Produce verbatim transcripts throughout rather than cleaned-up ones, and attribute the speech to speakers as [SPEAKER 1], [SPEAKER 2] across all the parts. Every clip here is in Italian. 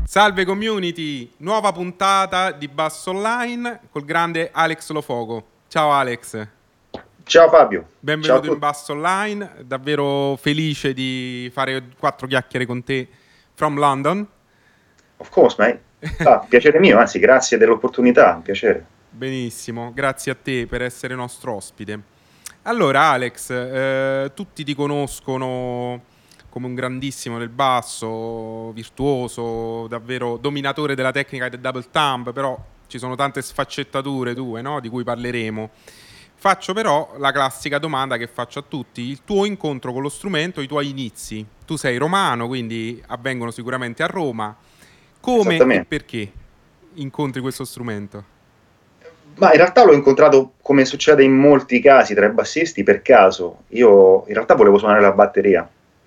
[SPEAKER 1] Salve community, nuova puntata di Basso Online col grande Alex Lofoco. Ciao Alex.
[SPEAKER 2] Ciao Fabio.
[SPEAKER 1] Benvenuto
[SPEAKER 2] Ciao
[SPEAKER 1] in Basso Online, davvero felice di fare quattro chiacchiere con te from London.
[SPEAKER 2] Of course, mate. Ah, piacere mio, anzi grazie dell'opportunità, un piacere.
[SPEAKER 1] Benissimo, grazie a te per essere nostro ospite. Allora Alex, eh, tutti ti conoscono come un grandissimo del basso, virtuoso, davvero dominatore della tecnica del double thumb, però ci sono tante sfaccettature tue, no? Di cui parleremo. Faccio però la classica domanda che faccio a tutti: il tuo incontro con lo strumento, i tuoi inizi. Tu sei romano, quindi avvengono sicuramente a Roma. Come e
[SPEAKER 2] Esattamente.
[SPEAKER 1] perché incontri questo strumento?
[SPEAKER 2] Ma in realtà l'ho incontrato, come succede in molti casi tra i bassisti, per caso. Io in realtà volevo suonare la batteria.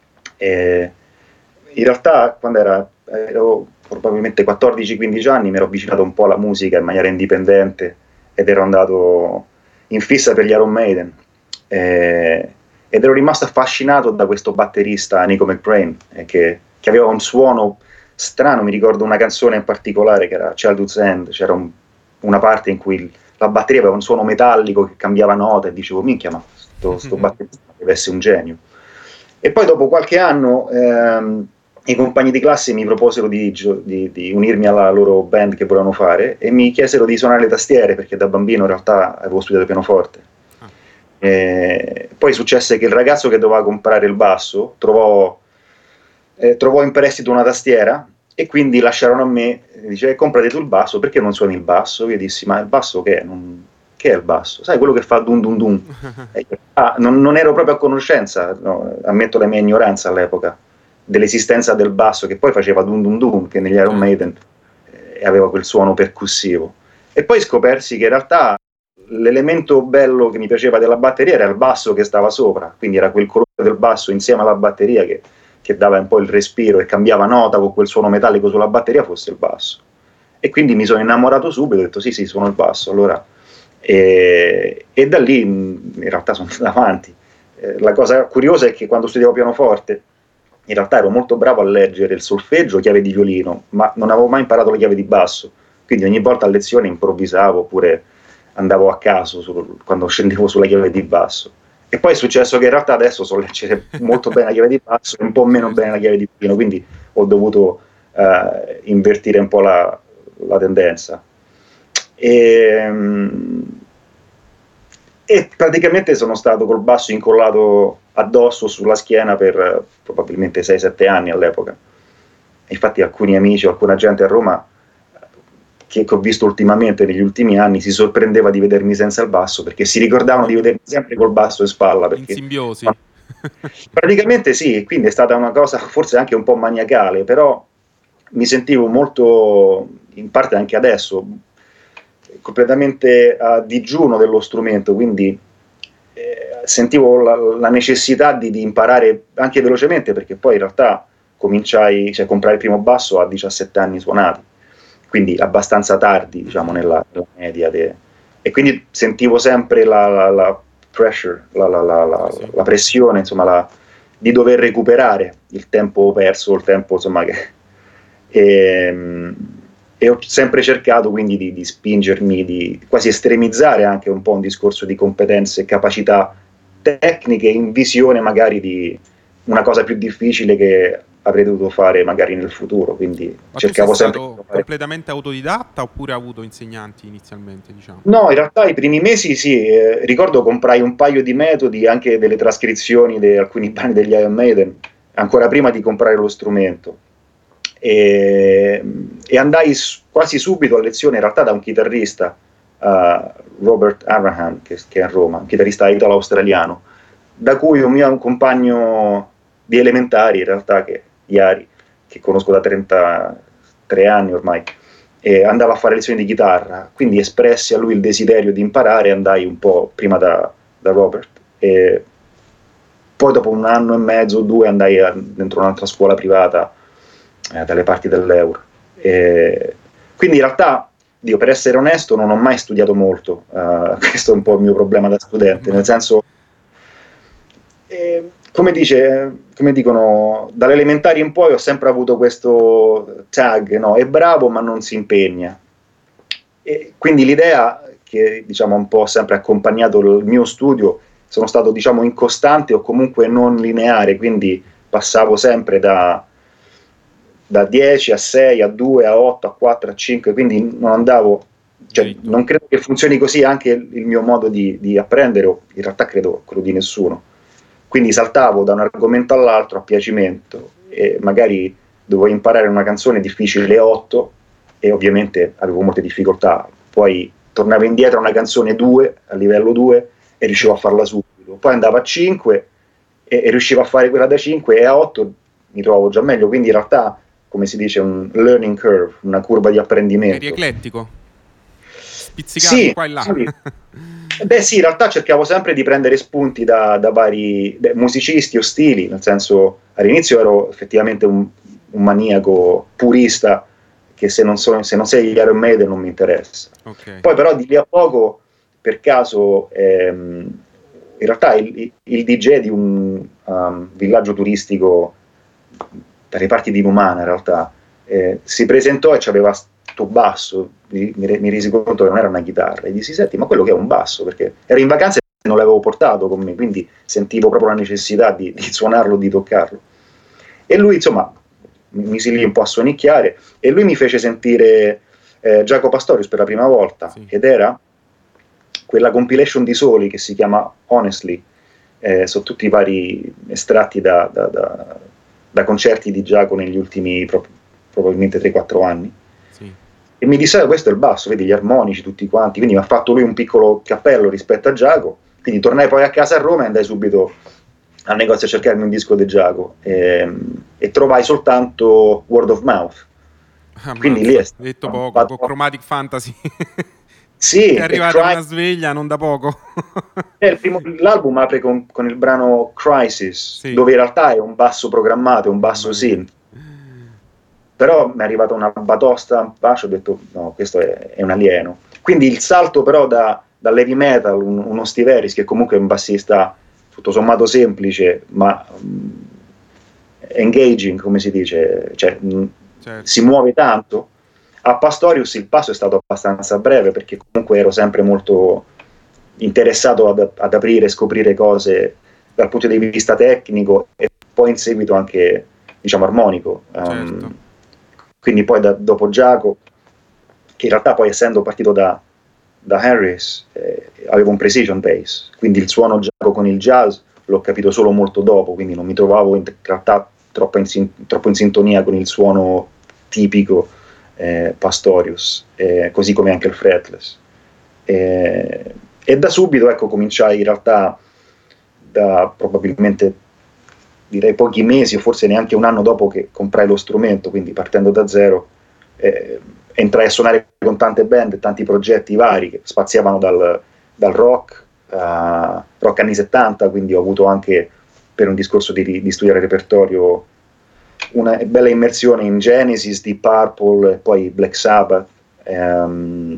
[SPEAKER 2] E in realtà quando era, ero probabilmente quattordici quindici anni mi ero avvicinato un po' alla musica in maniera indipendente ed ero andato in fissa per gli Iron Maiden. E, ed ero rimasto affascinato da questo batterista Nico McBrain, eh, che, che aveva un suono strano. Mi ricordo una canzone in particolare che era Childhood's End. C'era un, una parte in cui il, la batteria aveva un suono metallico che cambiava nota e dicevo minchia, ma sto, sto batterista deve essere un genio. E poi dopo qualche anno ehm, i compagni di classe mi proposero di, di, di unirmi alla loro band che volevano fare e mi chiesero di suonare le tastiere, perché da bambino in realtà avevo studiato pianoforte.
[SPEAKER 1] Ah.
[SPEAKER 2] E poi successe che il ragazzo che doveva comprare il basso trovò, eh, trovò in prestito una tastiera e quindi lasciarono a me. Dice: eh, comprati tu il basso, perché non suoni il basso? Io dissi: ma il basso che è? Non... che è il basso? Sai, quello che fa dun dun dun. E io, ah, non, non ero proprio a conoscenza, no, ammetto la mia ignoranza all'epoca dell'esistenza del basso, che poi faceva dun dun dun, che negli Iron
[SPEAKER 1] Certo.
[SPEAKER 2] Maiden eh, aveva quel suono percussivo. E poi scopersi che in realtà l'elemento bello che mi piaceva della batteria era il basso che stava sopra, quindi era quel colore del basso insieme alla batteria che, che dava un po' il respiro e cambiava nota con quel suono metallico sulla batteria, fosse il basso. E quindi mi sono innamorato subito, ho detto sì sì, suono il basso. Allora, e, e da lì in realtà sono andato avanti. Eh, la cosa curiosa è che quando studiavo pianoforte in realtà ero molto bravo a leggere il solfeggio, chiave di violino, ma non avevo mai imparato la chiave di basso, quindi ogni volta a lezione improvvisavo oppure andavo a caso sul, quando scendevo sulla chiave di basso. E poi è successo che in realtà adesso so leggere molto bene la chiave di basso e un po' meno
[SPEAKER 1] Certo.
[SPEAKER 2] bene la chiave di violino, quindi ho dovuto eh, invertire un po' la, la tendenza. E, e praticamente sono stato col basso incollato addosso sulla schiena per eh, probabilmente sei sette anni all'epoca. Infatti alcuni amici, alcuna gente a Roma che, che ho visto ultimamente negli ultimi anni si sorprendeva di vedermi senza il basso, perché si ricordavano di vedermi sempre col basso in spalla,
[SPEAKER 1] In
[SPEAKER 2] perché
[SPEAKER 1] simbiosi.
[SPEAKER 2] praticamente sì, quindi è stata una cosa forse anche un po' maniacale, però mi sentivo molto, in parte anche adesso, completamente a digiuno dello strumento, quindi eh, sentivo la, la necessità di, di imparare anche velocemente, perché poi in realtà cominciai, cioè comprai il primo basso a diciassette anni suonati, quindi abbastanza tardi, diciamo, nella, nella media. De, e quindi sentivo sempre la, la, la pressure, la, la, la, la,
[SPEAKER 1] Sì.
[SPEAKER 2] la pressione, insomma, la, di dover recuperare il tempo perso, il tempo, insomma, che... E, e ho sempre cercato quindi di, di spingermi, di quasi estremizzare anche un po' un discorso di competenze e capacità tecniche in visione magari di una cosa più difficile che avrei dovuto fare magari nel futuro, quindi
[SPEAKER 1] Ma tu sei
[SPEAKER 2] cercavo sempre di
[SPEAKER 1] stato
[SPEAKER 2] fare.
[SPEAKER 1] completamente autodidatta oppure hai avuto insegnanti inizialmente, diciamo?
[SPEAKER 2] No, in realtà i primi mesi sì, eh, ricordo comprai un paio di metodi, anche delle trascrizioni di alcuni brani degli Iron Maiden, ancora prima di comprare lo strumento. E, e andai quasi subito a lezione in realtà da un chitarrista, uh, Robert Abraham, che, che è a Roma, un chitarrista italo-australiano, da cui un mio un compagno di elementari, in realtà, che, Iari, che conosco da trentatré anni ormai, e andava a fare lezioni di chitarra, quindi espressi a lui il desiderio di imparare, andai un po' prima da, da Robert, e poi dopo un anno e mezzo o due andai a, dentro un'altra scuola privata eh, dalle parti dell'Euro. E quindi in realtà, Dio, per essere onesto, non ho mai studiato molto, uh, questo è un po' il mio problema da studente, nel senso, eh, come dice, come dicono, dalle elementari in poi ho sempre avuto questo tag, no? È bravo ma non si impegna. E quindi l'idea che diciamo un po' sempre accompagnato il mio studio, sono stato diciamo incostante o comunque non lineare, quindi passavo sempre da, da dieci a sei a due a otto a quattro a cinque, quindi non andavo, cioè, non credo che funzioni così anche il mio modo di, di apprendere, o in realtà credo quello di nessuno. Quindi saltavo da un argomento all'altro a piacimento e magari dovevo imparare una canzone difficile otto e ovviamente avevo molte difficoltà, poi tornavo indietro a una canzone due, a livello due, e riuscivo a farla subito, poi andavo a cinque e, e riuscivo a fare quella da cinque, e a otto mi trovo già meglio, quindi in realtà, come si dice, un learning curve, una curva di apprendimento.
[SPEAKER 1] Eri eclettico? Spizzicavi
[SPEAKER 2] Sì,
[SPEAKER 1] qua e là?
[SPEAKER 2] sì. Beh sì, in realtà cercavo sempre di prendere spunti da, da vari beh, musicisti o stili, nel senso all'inizio ero effettivamente un, un maniaco purista, che se non, so, se non sei Iron Maiden non mi interessa.
[SPEAKER 1] Okay.
[SPEAKER 2] Poi però di lì a poco, per caso, ehm, in realtà il, il D J di un um, villaggio turistico dalle parti di Numana in realtà, eh, si presentò e c'aveva sto basso, mi, mi resi conto che non era una chitarra, e dissi, senti, ma quello che è un basso, perché ero in vacanza e non l'avevo portato con me, quindi sentivo proprio la necessità di, di suonarlo, di toccarlo. E lui, insomma, mi misi lì un po' a sonicchiare, e lui mi fece sentire eh, Jaco Pastorius per la prima volta,
[SPEAKER 1] Sì.
[SPEAKER 2] ed era quella compilation di soli che si chiama Honestly, eh, sono tutti i vari estratti da, da, da, da concerti di Jaco negli ultimi pro- probabilmente tre quattro anni.
[SPEAKER 1] Sì.
[SPEAKER 2] E mi disse, questo è il basso, vedi gli armonici tutti quanti, quindi mi ha fatto lui un piccolo cappello rispetto a Jaco, quindi tornai poi a casa a Roma e andai subito al negozio a cercarmi un disco di Jaco, e, e trovai soltanto Word of Mouth.
[SPEAKER 1] Ammazza,
[SPEAKER 2] Quindi lì è stato
[SPEAKER 1] detto poco,
[SPEAKER 2] vado...
[SPEAKER 1] con Chromatic Fantasy
[SPEAKER 2] sì,
[SPEAKER 1] è arrivata
[SPEAKER 2] Cry...
[SPEAKER 1] una sveglia non da poco.
[SPEAKER 2] il primo, l'album apre con, con il brano Crisis,
[SPEAKER 1] Sì.
[SPEAKER 2] dove in realtà è un basso programmato, è un basso synth. Però mi è arrivata una batosta un bacio, ho detto no, questo è, è un alieno. Quindi il salto però da, dall'heavy metal, un, uno Steve Harris, che comunque è un bassista tutto sommato semplice, ma um, engaging, come si dice, cioè mh,
[SPEAKER 1] Certo.
[SPEAKER 2] si muove tanto, a Pastorius il passo è stato abbastanza breve, perché comunque ero sempre molto interessato ad, ad aprire e scoprire cose dal punto di vista tecnico, e poi in seguito anche, diciamo, armonico. Um,
[SPEAKER 1] Certo.
[SPEAKER 2] Quindi poi da, dopo Jaco, che in realtà poi essendo partito da, da Harris, eh, avevo un precision bass, quindi il suono Jaco con il jazz l'ho capito solo molto dopo, quindi non mi trovavo in realtà troppo in, troppo in sintonia con il suono tipico eh, Pastorius, eh, così come anche il fretless. Eh, e da subito, ecco, cominciai in realtà da probabilmente direi pochi mesi o forse neanche un anno dopo che comprai lo strumento, quindi partendo da zero, eh, entrai a suonare con tante band, tanti progetti vari che spaziavano dal, dal rock, uh, rock anni settanta, quindi ho avuto anche, per un discorso di, di studiare repertorio, una bella immersione in Genesis, Deep Purple, poi Black Sabbath, ehm,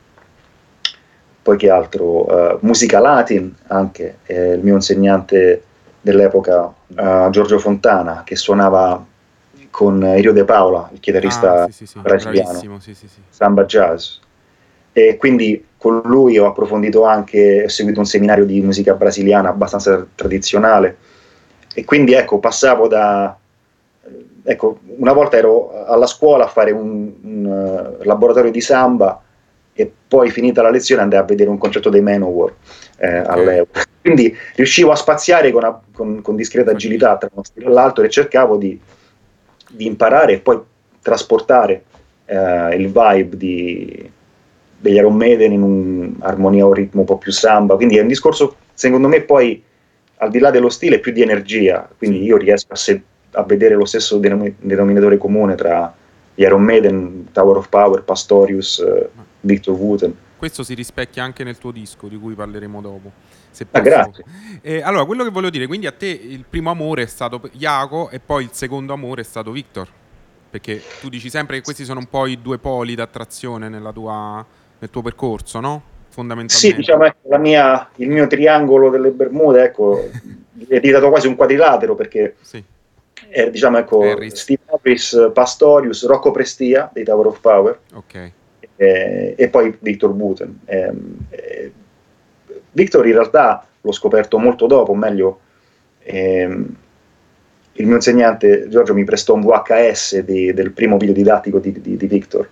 [SPEAKER 2] poi che altro, uh, musica latin anche, eh, il mio insegnante dell'epoca, uh, Giorgio Fontana, che suonava con Irio De Paula, il chitarrista
[SPEAKER 1] Ah, sì, sì, sì,
[SPEAKER 2] brasiliano,
[SPEAKER 1] bravissimo, sì, sì, sì.
[SPEAKER 2] samba jazz. E quindi con lui ho approfondito anche, ho seguito un seminario di musica brasiliana abbastanza tradizionale, e quindi ecco, passavo da... Ecco, una volta ero alla scuola a fare un, un uh, laboratorio di samba, e poi finita la lezione andai a vedere un concerto dei Manowar eh,
[SPEAKER 1] Ok.
[SPEAKER 2] all'Euro. Quindi riuscivo a spaziare con, con, con discreta agilità tra uno stile e l'altro, e cercavo di, di imparare e poi trasportare eh, il vibe di, degli Iron Maiden in un'armonia o un ritmo un po' più samba. Quindi è un discorso, secondo me, poi al di là dello stile, più di energia. Quindi
[SPEAKER 1] Sì.
[SPEAKER 2] io riesco a, se- a vedere lo stesso denom- denominatore comune tra gli Iron Maiden, Tower of Power, Pastorius, eh, Victor Wooten.
[SPEAKER 1] Questo si rispecchia anche nel tuo disco, di cui parleremo dopo, se
[SPEAKER 2] Ah,
[SPEAKER 1] posso.
[SPEAKER 2] grazie.
[SPEAKER 1] Eh, allora, quello che volevo dire, quindi a te il primo amore è stato Jaco e poi il secondo amore è stato Victor, perché tu dici sempre che questi sono un po' i due poli d'attrazione nella tua, nel tuo percorso, no?
[SPEAKER 2] Sì,
[SPEAKER 1] Fondamentalmente.
[SPEAKER 2] diciamo, ecco, la mia, il mio triangolo delle Bermude, ecco, è diventato quasi un quadrilatero perché
[SPEAKER 1] Sì.
[SPEAKER 2] eh, diciamo ecco
[SPEAKER 1] Harris.
[SPEAKER 2] Steve Harris, Pastorius, Rocco Prestia dei Tower of Power,
[SPEAKER 1] Ok.
[SPEAKER 2] eh, e poi Victor Wooten. Eh, eh, Victor in realtà l'ho scoperto molto dopo, o meglio, ehm, il mio insegnante Giorgio mi prestò un V H S di, del primo video didattico di, di, di Victor,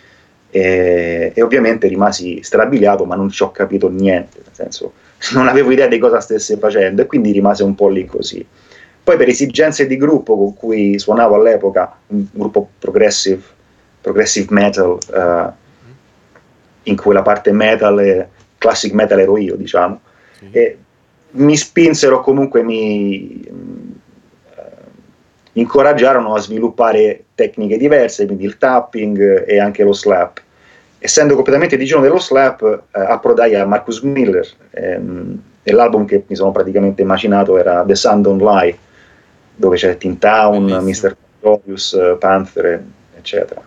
[SPEAKER 2] e, e ovviamente rimasi strabiliato, ma non ci ho capito niente, nel senso non avevo idea di cosa stesse facendo, e quindi rimase un po' lì così. Poi per esigenze di gruppo con cui suonavo all'epoca, un gruppo progressive, progressive metal, eh, in cui la parte metal e classic metal ero io, diciamo,
[SPEAKER 1] Sì.
[SPEAKER 2] e mi spinsero, comunque mi eh, incoraggiarono a sviluppare tecniche diverse, quindi il tapping e anche lo slap. Essendo completamente digiuno dello slap, eh, approdai a Marcus Miller, ehm, e l'album che mi sono praticamente immaginato era The Sun Don't Lie, dove c'è Tin Town,
[SPEAKER 1] Bellissimo.
[SPEAKER 2] mister Notorious, Panther, eccetera.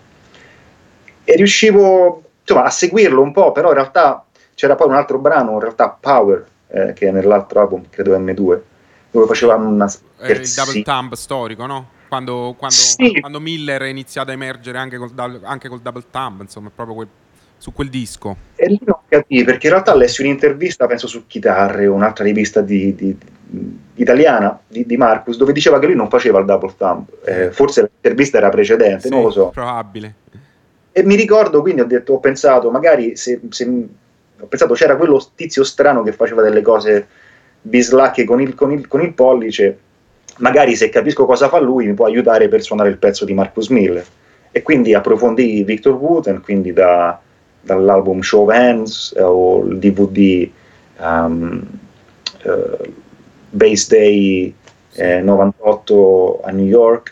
[SPEAKER 2] E riuscivo insomma a seguirlo un po', però in realtà c'era poi un altro brano, in realtà Power, eh, che è nell'altro album, credo emme due, dove faceva una
[SPEAKER 1] Eh, il double
[SPEAKER 2] scherzina.
[SPEAKER 1] thumb storico, no? Quando, quando,
[SPEAKER 2] Sì,
[SPEAKER 1] quando Miller è iniziato a emergere anche col, dou- anche col double thumb, insomma, è proprio quel- su quel disco.
[SPEAKER 2] e lì non capii, perché in realtà lessi un'intervista, penso su Chitarre, un'altra rivista di, di, di, italiana di, di Marcus, dove diceva che lui non faceva il double thumb. Eh, forse l'intervista era precedente, non
[SPEAKER 1] Sì,
[SPEAKER 2] lo so.
[SPEAKER 1] probabile.
[SPEAKER 2] E mi ricordo, quindi ho detto, ho pensato, magari se, se ho pensato c'era quello tizio strano che faceva delle cose bislacche con il, con il, con il pollice, magari se capisco cosa fa lui mi può aiutare per suonare il pezzo di Marcus Miller. E quindi approfondii Victor Wooten, quindi da, dall'album Show of Hands, eh, o il D V D um, uh, Base Day eh, novantotto a New York,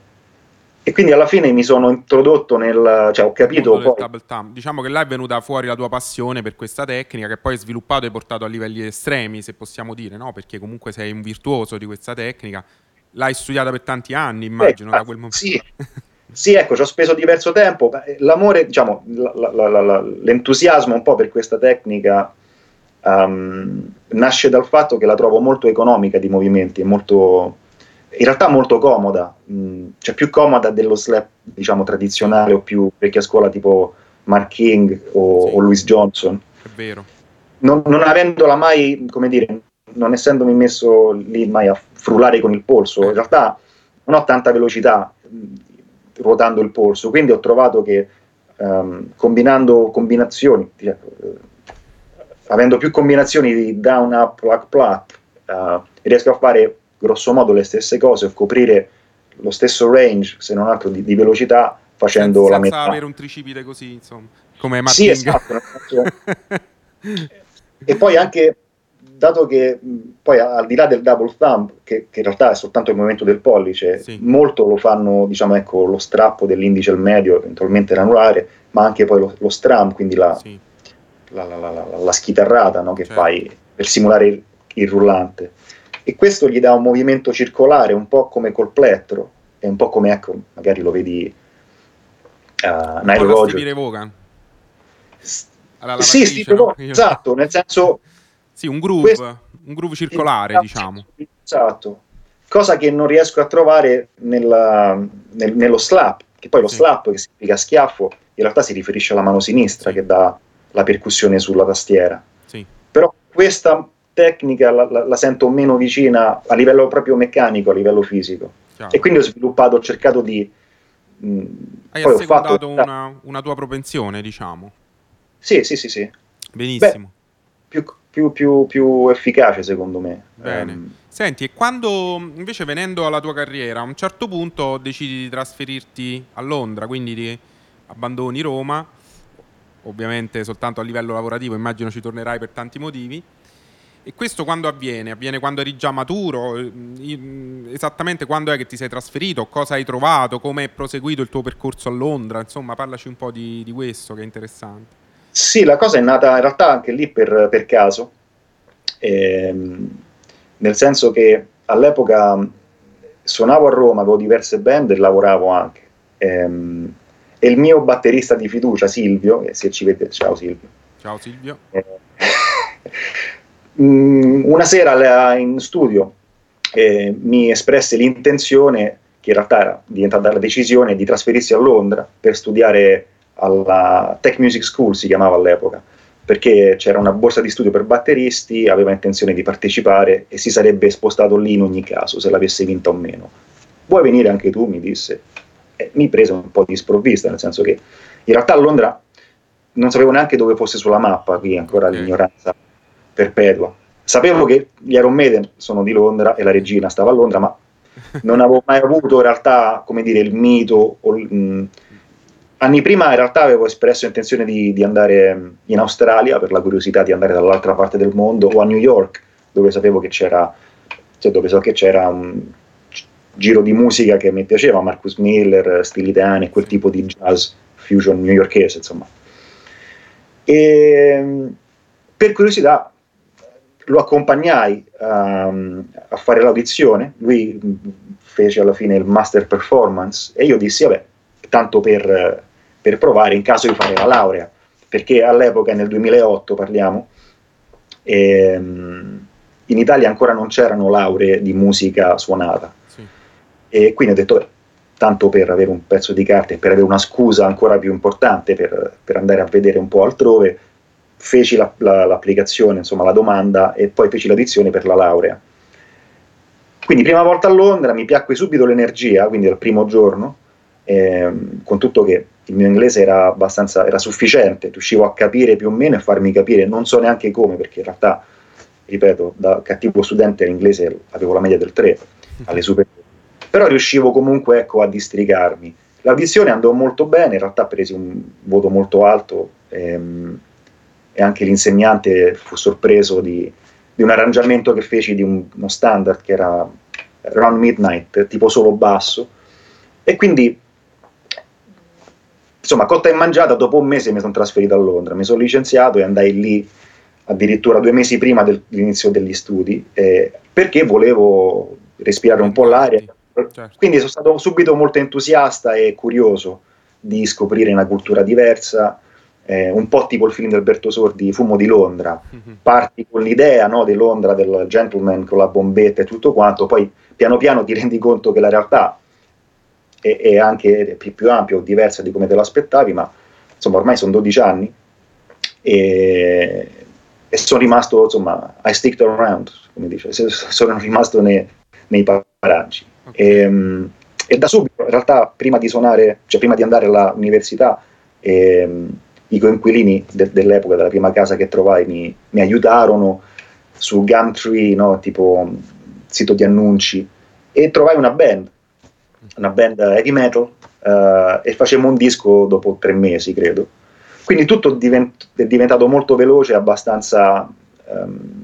[SPEAKER 2] e quindi alla fine mi sono introdotto nel, cioè ho
[SPEAKER 1] Il
[SPEAKER 2] capito
[SPEAKER 1] mondo del
[SPEAKER 2] poi.
[SPEAKER 1] double thumb. Diciamo che là è venuta fuori la tua passione per questa tecnica che poi hai sviluppato e portato a livelli estremi, se possiamo dire, no? Perché comunque sei un virtuoso di questa tecnica. L'hai studiata per tanti anni,
[SPEAKER 2] Eh,
[SPEAKER 1] immagino, da
[SPEAKER 2] ah,
[SPEAKER 1] quel momento.
[SPEAKER 2] sì, sì, ecco, ci ho speso diverso tempo. L'amore, diciamo, la- la- la- la- l'entusiasmo un po' per questa tecnica um, nasce dal fatto che la trovo molto economica di movimenti, molto, in realtà molto comoda, mh, cioè più comoda dello slap, diciamo, tradizionale,
[SPEAKER 1] Sì.
[SPEAKER 2] o più vecchia scuola tipo Mark King o,
[SPEAKER 1] Sì,
[SPEAKER 2] o Louis Johnson.
[SPEAKER 1] è vero.
[SPEAKER 2] Non, non avendola mai, come dire, non essendomi messo lì mai a frullare con il polso, in
[SPEAKER 1] Eh,
[SPEAKER 2] realtà non ho tanta velocità mh, ruotando il polso, quindi ho trovato che um, combinando combinazioni, eh, avendo più combinazioni di down, up, pluck, pluck, uh, riesco a fare grosso modo le stesse cose, a coprire lo stesso range, se non altro di, di velocità,
[SPEAKER 1] senza,
[SPEAKER 2] facendo la
[SPEAKER 1] senza
[SPEAKER 2] metà.
[SPEAKER 1] avere un tricipite così, insomma, come
[SPEAKER 2] Sì,
[SPEAKER 1] Marking.
[SPEAKER 2] esatto, nel senso, e poi anche, dato che mh, poi al di là del double thumb, che, che in realtà è soltanto il movimento del pollice,
[SPEAKER 1] Sì,
[SPEAKER 2] molto lo fanno, diciamo, ecco, lo strappo dell'indice al medio, eventualmente l'anulare, ma anche poi lo, lo strum, quindi la,
[SPEAKER 1] sì,
[SPEAKER 2] la, la, la, la- la schitarrata, no, che
[SPEAKER 1] certo.
[SPEAKER 2] fai per simulare il, il rullante. E questo gli dà un movimento circolare, un po' come col plettro, e un po' come, ecco, magari lo vedi uh,
[SPEAKER 1] Un po'
[SPEAKER 2] Nile
[SPEAKER 1] la Stevie Ray
[SPEAKER 2] Rogers.
[SPEAKER 1] Vaughan, alla
[SPEAKER 2] Sì, sì,
[SPEAKER 1] lavatrice, no?
[SPEAKER 2] però,
[SPEAKER 1] Io-
[SPEAKER 2] esatto, nel senso,
[SPEAKER 1] Sì, un
[SPEAKER 2] questo
[SPEAKER 1] groove, un groove
[SPEAKER 2] ti
[SPEAKER 1] circolare,
[SPEAKER 2] dà un
[SPEAKER 1] diciamo.
[SPEAKER 2] senso di- esatto, cosa che non riesco a trovare nella- nel- nello slap, che poi lo
[SPEAKER 1] Sì,
[SPEAKER 2] slap, che significa schiaffo, in realtà si riferisce alla mano sinistra
[SPEAKER 1] sì,
[SPEAKER 2] che dà la percussione sulla tastiera.
[SPEAKER 1] sì,
[SPEAKER 2] Però questa tecnica la, la- la sento meno vicina a livello proprio meccanico, a livello fisico. E
[SPEAKER 1] chiaro.
[SPEAKER 2] quindi ho sviluppato, ho cercato di... mh,
[SPEAKER 1] Hai
[SPEAKER 2] poi ho fatto...
[SPEAKER 1] assecondato una, una tua propensione, diciamo.
[SPEAKER 2] Sì, sì, sì, sì. Beh,
[SPEAKER 1] Benissimo.
[SPEAKER 2] più, più, più, più efficace secondo me.
[SPEAKER 1] Bene.
[SPEAKER 2] Um,
[SPEAKER 1] Senti, e quando invece venendo alla tua carriera, a un certo punto decidi di trasferirti a Londra, quindi ti abbandoni Roma, ovviamente soltanto a livello lavorativo, immagino ci tornerai per tanti motivi. E questo quando avviene? Avviene quando eri già maturo? Mm, Esattamente quando è che ti sei trasferito? Cosa hai trovato? Come è proseguito il tuo percorso a Londra? Insomma, parlaci un po' di, di questo che è interessante.
[SPEAKER 2] sì, la cosa è nata in realtà anche lì per, per caso, ehm, nel senso che all'epoca mh, suonavo a Roma, avevo diverse band e lavoravo anche. Ehm, e il mio batterista di fiducia, Silvio, e se ci vede, ciao Silvio,
[SPEAKER 1] Ciao Silvio.
[SPEAKER 2] eh, mh, una sera alla- in studio eh, mi espresse l'intenzione, che in realtà era diventata la decisione, di trasferirsi a Londra per studiare alla Tech Music School, si chiamava all'epoca, perché c'era una borsa di studio per batteristi, aveva intenzione di partecipare e si sarebbe spostato lì in ogni caso, se l'avesse vinta o meno. Vuoi venire anche tu? Mi disse. E mi prese un po' di sprovvista, nel senso che in realtà a Londra non sapevo neanche dove fosse sulla mappa, qui ancora okay. L'ignoranza perpetua. Sapevo che gli Iron Maiden sono di Londra e la regina stava a Londra, ma non avevo mai avuto in realtà, come dire, il mito. O, mh, anni prima in realtà avevo espresso intenzione di, di andare in Australia per la curiosità di andare dall'altra parte del mondo, o a New York, dove sapevo che c'era, cioè dove so che c'era un giro di musica che mi piaceva, Marcus Miller, Steely Dan e quel tipo di jazz fusion newyorkese, insomma. E per curiosità lo accompagnai um, a fare l'audizione, lui fece alla fine il master performance e io dissi vabbè, tanto per, per provare in caso di fare la laurea, perché all'epoca, nel duemilaotto parliamo, ehm, in Italia ancora non c'erano lauree di musica suonata, sì. E quindi ho detto beh, tanto per avere un pezzo di carta e per avere una scusa ancora più importante per, per andare a vedere un po' altrove, feci la, la, l'applicazione, insomma la domanda, e poi feci l'audizione per la laurea. Quindi prima volta a Londra, mi piacque subito l'energia, quindi dal primo giorno, ehm, con tutto che il mio inglese era abbastanza era sufficiente, riuscivo a capire più o meno e farmi capire, non so neanche come, perché in realtà, ripeto, da cattivo studente l'inglese avevo la media del tre alle superiori, però riuscivo comunque, ecco, a districarmi. L'audizione andò molto bene, in realtà presi un voto molto alto, ehm, e anche l'insegnante fu sorpreso di, di un arrangiamento che feci di un, uno standard che era Around Midnight, tipo solo basso, e quindi insomma cotta e mangiata, dopo un mese mi sono trasferito a Londra, mi sono licenziato e andai lì addirittura due mesi prima dell'inizio degli studi, eh, perché volevo respirare un po' l'aria, certo. Quindi sono stato subito molto entusiasta e curioso di scoprire una cultura diversa. Eh, un po' tipo il film di Alberto Sordi, Fumo di Londra, mm-hmm. Parti con l'idea, no, di Londra, del gentleman con la bombetta e tutto quanto, poi piano piano ti rendi conto che la realtà è, è anche più, più ampia o diversa di come te lo aspettavi, ma insomma ormai sono dodici anni e, e sono rimasto, insomma, I sticked around, come dice, sono rimasto nei, nei paraggi. Okay. E, e da subito, in realtà, prima di suonare, cioè prima di andare all'università, e, i coinquilini de- dell'epoca, della prima casa che trovai, mi, mi aiutarono su Gumtree, no, tipo sito di annunci, e trovai una band, una band heavy metal, uh, e facemmo un disco dopo tre mesi, credo. Quindi tutto divent- è diventato molto veloce, abbastanza um,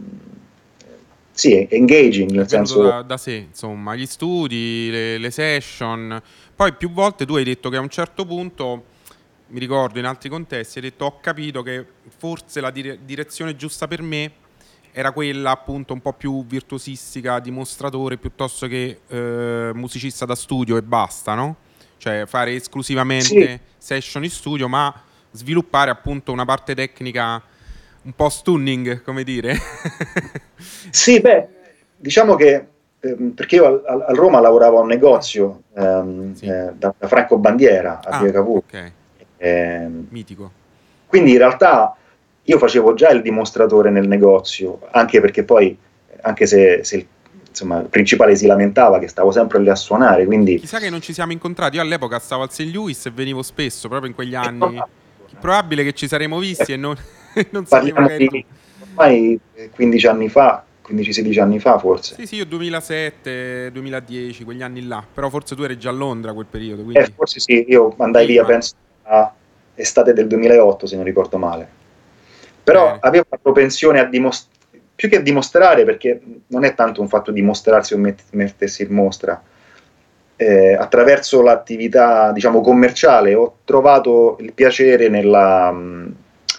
[SPEAKER 2] sì, engaging, nel senso
[SPEAKER 1] da, da sé, insomma, gli studi, le, le session. Poi più volte tu hai detto che a un certo punto, mi ricordo in altri contesti, hai detto ho capito che forse la dire- direzione giusta per me era quella appunto un po' più virtuosistica, dimostratore, piuttosto che eh, musicista da studio e basta, no? Cioè fare esclusivamente sì. session in studio, ma sviluppare appunto una parte tecnica un po' stunning, come dire.
[SPEAKER 2] Sì, beh, diciamo che ehm, perché io a, a Roma lavoravo a un negozio ehm, sì. eh, da, da Franco Bandiera a ah, Via Cavour.
[SPEAKER 1] Okay.
[SPEAKER 2] Eh,
[SPEAKER 1] Mitico.
[SPEAKER 2] Quindi in realtà io facevo già il dimostratore nel negozio, anche perché poi, anche se, se il, insomma, il principale si lamentava che stavo sempre lì a suonare, quindi...
[SPEAKER 1] Chissà che non ci siamo incontrati, io all'epoca stavo al Saint Louis e venivo spesso, proprio in quegli anni. È probabile che ci saremmo visti eh, e non, non sapevo che eri tu.
[SPEAKER 2] Ormai quindici anni fa, quindici sedici anni fa forse.
[SPEAKER 1] Sì, sì, io duemilasette, duemiladieci, quegli anni là, però forse tu eri già a Londra quel periodo. Quindi...
[SPEAKER 2] Eh, forse sì, io andai lì, penso, a estate del duemilaotto, se non ricordo male. Però Bene. Avevo una propensione a dimostrare, più che a dimostrare, perché non è tanto un fatto di mostrarsi o met- mettersi in mostra, eh, attraverso l'attività, diciamo, commerciale ho trovato il piacere nella... Mh,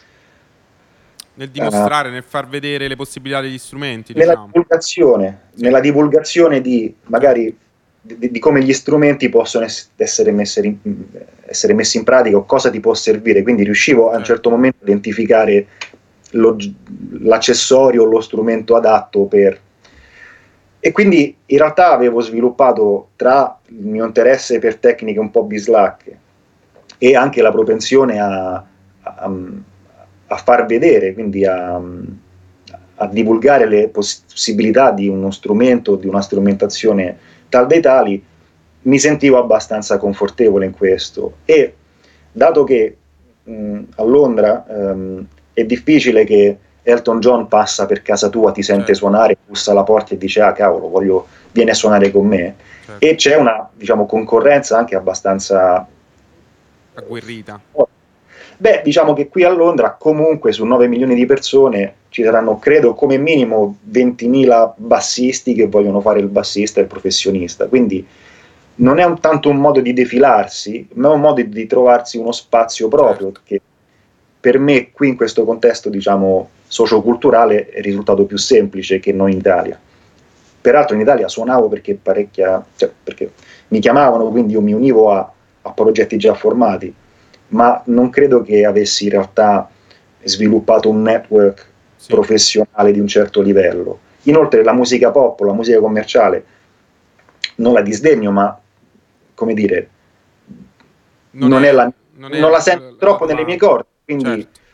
[SPEAKER 1] nel dimostrare, uh, nel far vedere le possibilità degli strumenti,
[SPEAKER 2] nella
[SPEAKER 1] diciamo.
[SPEAKER 2] divulgazione, sì. nella divulgazione di magari di, di come gli strumenti possono es- essere, messi in, essere messi in pratica o cosa ti può servire, quindi riuscivo certo. a un certo momento a identificare lo, l'accessorio o lo strumento adatto per, E quindi in realtà avevo sviluppato, tra il mio interesse per tecniche un po' bislacche e anche la propensione a, a, a far vedere, quindi a, a divulgare le possibilità di uno strumento, di una strumentazione tal dei tali, mi sentivo abbastanza confortevole in questo. E dato che mh, a Londra ehm, è difficile che Elton John passa per casa tua, ti sente
[SPEAKER 1] Certo,
[SPEAKER 2] suonare, bussa alla porta e dice ah cavolo, voglio, vieni a suonare con me,
[SPEAKER 1] certo.
[SPEAKER 2] e c'è una, diciamo, concorrenza anche abbastanza
[SPEAKER 1] Agguerrita.
[SPEAKER 2] beh, diciamo che qui a Londra comunque su nove milioni di persone ci saranno, credo, come minimo ventimila bassisti che vogliono fare il bassista e il professionista, quindi non è un, tanto un modo di defilarsi, ma è un modo di trovarsi uno spazio proprio,
[SPEAKER 1] Certo.
[SPEAKER 2] che per me qui in questo contesto, diciamo, socioculturale è risultato più semplice che non in Italia. Peraltro in Italia suonavo perché parecchia, cioè perché mi chiamavano, quindi io mi univo a, a progetti già formati, ma non credo che avessi in realtà sviluppato un network
[SPEAKER 1] Sì.
[SPEAKER 2] professionale di un certo livello. Inoltre la musica pop, la musica commerciale, non la disdegno, ma come dire,
[SPEAKER 1] Non
[SPEAKER 2] non, è
[SPEAKER 1] è,
[SPEAKER 2] la,
[SPEAKER 1] non è
[SPEAKER 2] non la sento
[SPEAKER 1] l- la
[SPEAKER 2] troppo nelle mie
[SPEAKER 1] tua...
[SPEAKER 2] corde, quindi
[SPEAKER 1] Certo,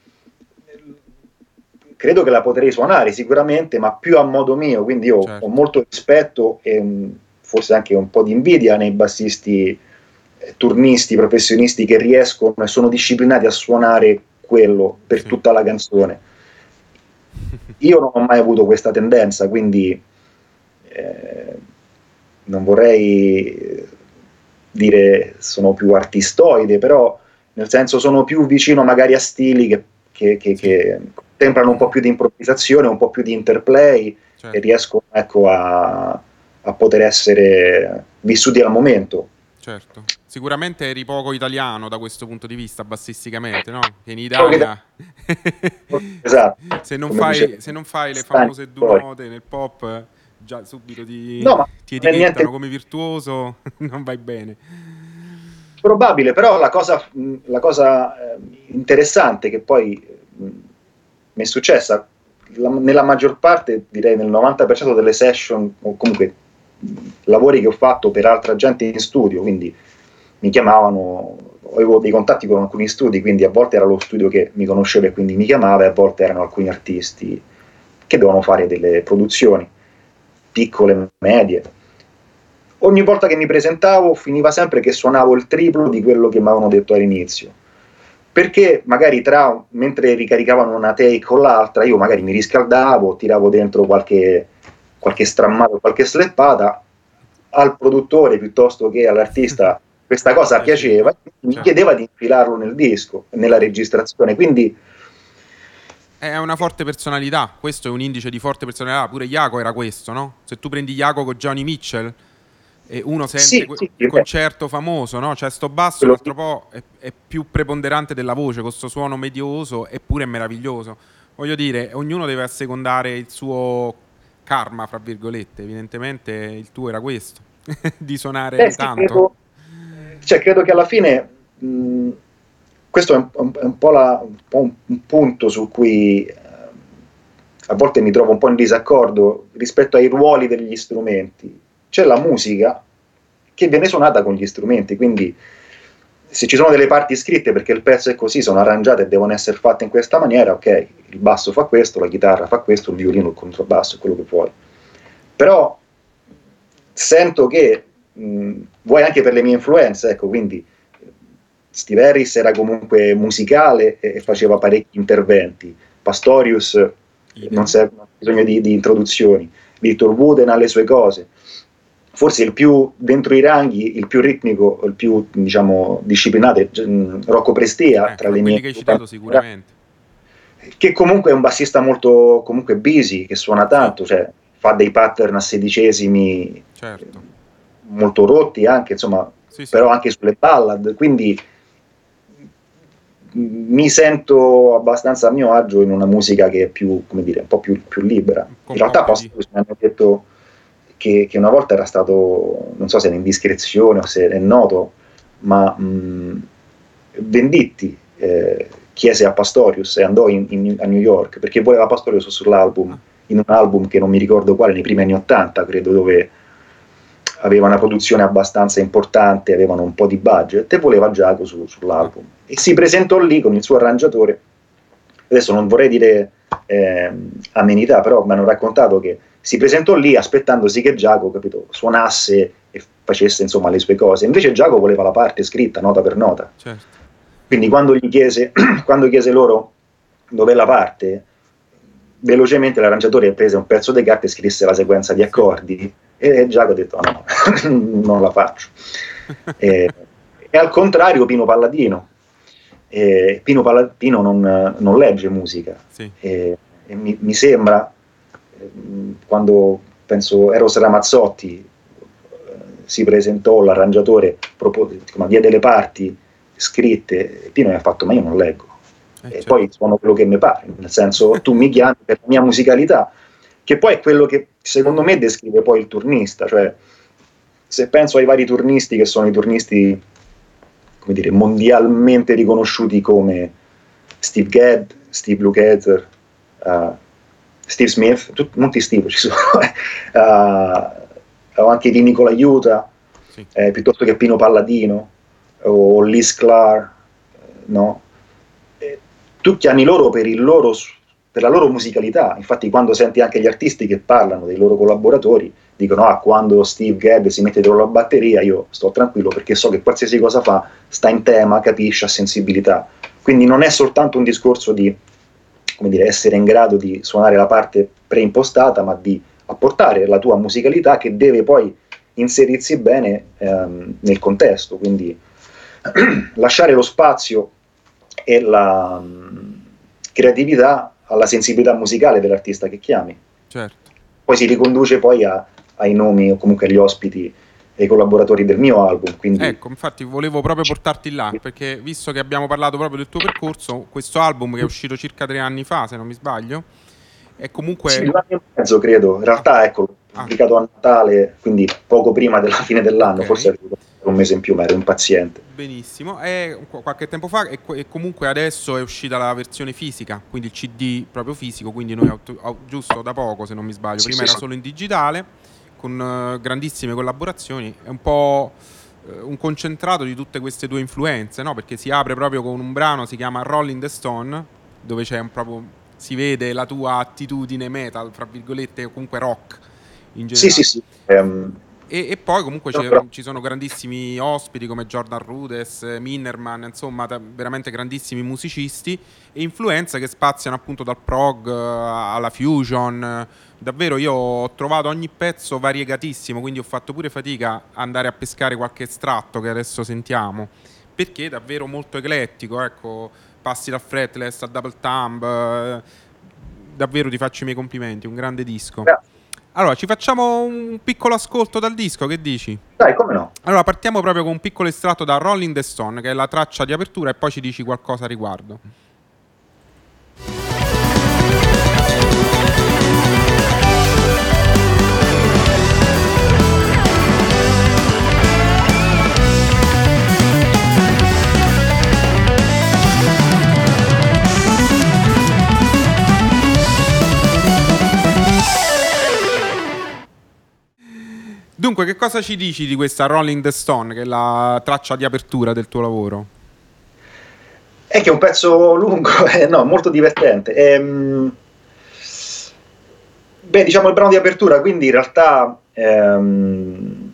[SPEAKER 2] credo che la potrei suonare sicuramente, ma più a modo mio, quindi io ho
[SPEAKER 1] certo.
[SPEAKER 2] molto rispetto e um, forse anche un po' di invidia nei bassisti eh, turnisti, professionisti che riescono e sono disciplinati a suonare quello per
[SPEAKER 1] Sì.
[SPEAKER 2] tutta la canzone. Io non ho mai avuto questa tendenza, quindi eh, non vorrei dire sono più artistoide, però nel senso sono più vicino magari a stili che, che, che,
[SPEAKER 1] Sì.
[SPEAKER 2] che contemplano un po' più di improvvisazione, un po' più di interplay e
[SPEAKER 1] Certo,
[SPEAKER 2] riescono ecco, a, a poter essere vissuti al momento.
[SPEAKER 1] certo. Sicuramente eri poco italiano da questo punto di vista, bassisticamente, no? Che in
[SPEAKER 2] Solita-
[SPEAKER 1] Italia,
[SPEAKER 2] Esatto,
[SPEAKER 1] se non
[SPEAKER 2] come dicevo,
[SPEAKER 1] fai, se non fai le
[SPEAKER 2] stanchi
[SPEAKER 1] famose due
[SPEAKER 2] poi.
[SPEAKER 1] note nel pop, già subito ti,
[SPEAKER 2] No, ma
[SPEAKER 1] ti
[SPEAKER 2] non è niente
[SPEAKER 1] etichettano come virtuoso, non vai bene.
[SPEAKER 2] probabile, però la cosa, la cosa eh, interessante che poi mh, mi è successa, la, nella maggior parte, direi nel novanta per cento delle session, o comunque mh, lavori che ho fatto per altra gente in studio, quindi mi chiamavano, avevo dei contatti con alcuni studi, quindi a volte era lo studio che mi conosceva e quindi mi chiamava, e a volte erano alcuni artisti che dovevano fare delle produzioni, piccole, medie. Ogni volta che mi presentavo finiva sempre che suonavo il triplo di quello che mi avevano detto all'inizio. Perché magari tra, mentre ricaricavano una take con l'altra, io magari mi riscaldavo, tiravo dentro qualche, qualche strammato, qualche sleppata, al produttore piuttosto che all'artista questa cosa piaceva,
[SPEAKER 1] Piaceva,
[SPEAKER 2] e mi
[SPEAKER 1] certo.
[SPEAKER 2] chiedeva di infilarlo nel disco, nella registrazione. Quindi
[SPEAKER 1] È una forte personalità, questo è un indice di forte personalità, pure Jaco era questo, no? Se tu prendi Jaco con Johnny Mitchell e uno sente
[SPEAKER 2] sì,
[SPEAKER 1] que-
[SPEAKER 2] sì,
[SPEAKER 1] il
[SPEAKER 2] beh,
[SPEAKER 1] concerto famoso, no? Cioè sto basso un
[SPEAKER 2] quello
[SPEAKER 1] altro po' è, è più preponderante della voce, con questo suono medioso, eppure è meraviglioso. Voglio dire, ognuno deve assecondare il suo karma, fra virgolette, evidentemente il tuo era questo, di
[SPEAKER 2] Eh
[SPEAKER 1] suonare
[SPEAKER 2] sì,
[SPEAKER 1] tanto.
[SPEAKER 2] credo, cioè, credo che alla fine mh, questo è un, un- è un po', la- un po' un- un punto su cui eh, a volte mi trovo un po' in disaccordo rispetto ai ruoli degli strumenti. C'è la musica che viene suonata con gli strumenti, quindi se ci sono delle parti scritte perché il pezzo è così, sono arrangiate e devono essere fatte in questa maniera, ok, il basso fa questo, la chitarra fa questo, il violino, il controbasso, quello che vuoi. Però sento che, mh, vuoi anche per le mie influenze, ecco, quindi Steve Harris era comunque musicale e, e faceva
[SPEAKER 1] Certo,
[SPEAKER 2] parecchi interventi. Pastorius eh, non
[SPEAKER 1] idem.
[SPEAKER 2] c'è bisogno di, di introduzioni. Victor Wooten ha le sue cose. Forse il più dentro i ranghi, il più ritmico, il più diciamo disciplinato è mm, Rocco Prestia
[SPEAKER 1] Eh,
[SPEAKER 2] tra
[SPEAKER 1] fra
[SPEAKER 2] le
[SPEAKER 1] quelli
[SPEAKER 2] mie
[SPEAKER 1] che hai citato sicuramente.
[SPEAKER 2] che comunque è un bassista molto comunque busy, che suona
[SPEAKER 1] Sì,
[SPEAKER 2] tanto, cioè fa dei pattern a sedicesimi eh,
[SPEAKER 1] certo.
[SPEAKER 2] molto rotti anche, insomma,
[SPEAKER 1] Sì, sì.
[SPEAKER 2] però anche sulle ballad, quindi mi sento abbastanza a mio agio in una musica che è più, come dire, un po' più, più libera.
[SPEAKER 1] Con
[SPEAKER 2] In
[SPEAKER 1] un po'
[SPEAKER 2] realtà
[SPEAKER 1] più di...
[SPEAKER 2] Pastorius mi hanno detto che, che una volta era stato, non so se è un'indiscrezione o se è noto, ma mh, Venditti eh, chiese a Pastorius e andò in, in, a New York perché voleva Pastorius sull'album
[SPEAKER 1] Ah,
[SPEAKER 2] in un album che non mi ricordo quale, nei primi anni ottanta credo, dove aveva una produzione abbastanza importante, avevano un po' di budget e voleva Giaco su, sull'album, e si presentò lì con il suo arrangiatore. Adesso non vorrei dire eh, amenità, però mi hanno raccontato che si presentò lì aspettandosi che Giaco, capito, suonasse e facesse insomma le sue cose. Invece Giaco voleva la parte scritta nota per nota.
[SPEAKER 1] Certo.
[SPEAKER 2] Quindi quando gli chiese quando chiese loro dov'è la parte, velocemente l'arrangiatore prese un pezzo di carta e scrisse la sequenza di accordi, e Giacomo ha detto no, non la faccio. E, e al contrario Pino Palladino, e Pino Palladino non, non legge musica,
[SPEAKER 1] sì. e,
[SPEAKER 2] e mi, mi sembra, quando penso Eros Ramazzotti si presentò, l'arrangiatore propose, diede delle parti scritte, Pino mi ha fatto ma io non leggo, eh, e certo. Poi suono quello che mi pare, nel senso tu mi chiami per la mia musicalità, che poi è quello che secondo me descrive poi il turnista. Cioè, se penso ai vari turnisti che sono i turnisti, come dire, mondialmente riconosciuti come Steve Gadd, Steve Lukather, uh, Steve Smith, tutti, molti Steve ci sono, uh, o anche di Nicola Iuta, sì. eh, piuttosto che Pino Palladino o Liz Clark, no? Eh, tutti anni loro per il loro per la loro musicalità. Infatti quando senti anche gli artisti che parlano dei loro collaboratori dicono ah, quando Steve Gadd si mette dietro la batteria io sto tranquillo perché so che qualsiasi cosa fa sta in tema, capisce, ha sensibilità. Quindi non è soltanto un discorso di, come dire, essere in grado di suonare la parte preimpostata, ma di apportare la tua musicalità che deve poi inserirsi bene ehm, nel contesto. Quindi lasciare lo spazio e la um, creatività alla sensibilità musicale dell'artista che chiami.
[SPEAKER 1] Certo.
[SPEAKER 2] Poi si riconduce poi a, ai nomi o comunque agli ospiti e ai collaboratori del mio album. Quindi...
[SPEAKER 1] Ecco, infatti volevo proprio portarti là, perché visto che abbiamo parlato proprio del tuo percorso, questo album che è uscito circa tre anni fa, se non mi sbaglio, è comunque...
[SPEAKER 2] Sì, due anni e mezzo credo. In realtà, ecco, l'ho pubblicato ah. a Natale, quindi poco prima della fine dell'anno, okay. Forse un mese in più, ma ero impaziente.
[SPEAKER 1] Benissimo, e qualche tempo fa e, e comunque adesso è uscita la versione fisica, quindi il C D proprio fisico, quindi noi giusto da poco, se non mi sbaglio, sì, prima sì, era sì. solo in digitale, con uh, grandissime collaborazioni, è un po' uh, un concentrato di tutte queste tue influenze, no? Perché si apre proprio con un brano, si chiama Rolling the Stone, dove c'è un proprio, si vede la tua attitudine metal, fra virgolette, o comunque rock in generale.
[SPEAKER 2] Sì, sì, sì. Um...
[SPEAKER 1] E, e poi comunque ci sono grandissimi ospiti come Jordan Rudess, Minnerman, insomma t- veramente grandissimi musicisti e influenze che spaziano appunto dal prog alla fusion. Davvero io ho trovato ogni pezzo variegatissimo, quindi ho fatto pure fatica a andare a pescare qualche estratto che adesso sentiamo, perché è davvero molto eclettico, ecco, passi dal fretless al double thumb, eh, davvero ti faccio i miei complimenti, un grande disco.
[SPEAKER 2] Grazie.
[SPEAKER 1] Allora, ci facciamo un piccolo ascolto dal disco, che dici?
[SPEAKER 2] Dai, come no?
[SPEAKER 1] Allora, partiamo proprio con un piccolo estratto da Rolling the Stone, che è la traccia di apertura, e poi ci dici qualcosa a riguardo. Dunque, che cosa ci dici di questa Rolling the Stone, che è la traccia di apertura del tuo lavoro?
[SPEAKER 2] È che è un pezzo lungo, eh, no, molto divertente. Ehm, beh, diciamo il brano di apertura, quindi in realtà ehm,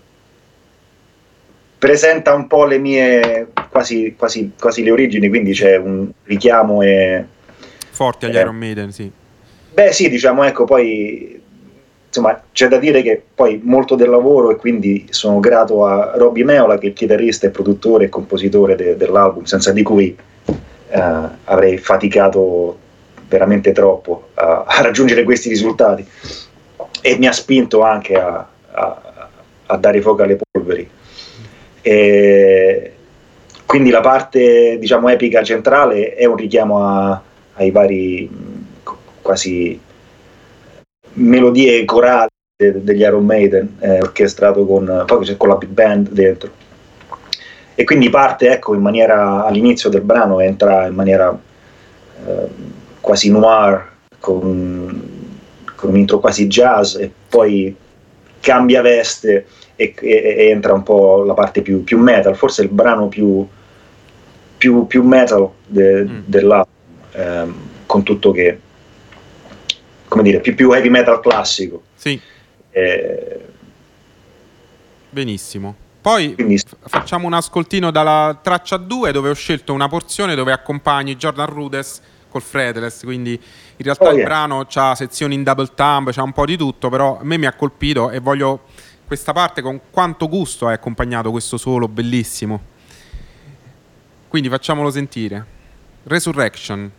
[SPEAKER 2] presenta un po' le mie, quasi, quasi, quasi le origini, quindi c'è un richiamo e...
[SPEAKER 1] Forti agli eh, Iron Maiden, sì.
[SPEAKER 2] Beh sì, diciamo, ecco, poi... Insomma, c'è da dire che poi molto del lavoro, e quindi sono grato a Robbie Meola, che è il chitarrista e produttore e compositore de- dell'album, senza di cui eh, avrei faticato veramente troppo a, a raggiungere questi risultati, e mi ha spinto anche a, a, a dare fuoco alle polveri. E quindi la parte, diciamo, epica centrale è un richiamo a, ai vari quasi melodie corali de- degli Iron Maiden, eh, orchestrato con, poi c'è con la big band dentro, e quindi parte, ecco, in maniera, all'inizio del brano entra in maniera eh, quasi noir, con, con un intro quasi jazz e poi cambia veste e, e, e entra un po' la parte più, più metal, forse il brano più, più, più metal de, mm. dell'album, ehm, con tutto che, come dire, più, più heavy metal classico.
[SPEAKER 1] Sì.
[SPEAKER 2] Eh,
[SPEAKER 1] Benissimo. Poi
[SPEAKER 2] quindi,
[SPEAKER 1] facciamo un ascoltino dalla traccia due, dove ho scelto una porzione dove accompagni Jordan Rudess col fretless, quindi in realtà oh, il yeah. brano c'ha sezioni in double thumb, c'ha un po' di tutto, però a me mi ha colpito e voglio questa parte con quanto gusto hai accompagnato questo solo bellissimo. Quindi facciamolo sentire. Resurrection.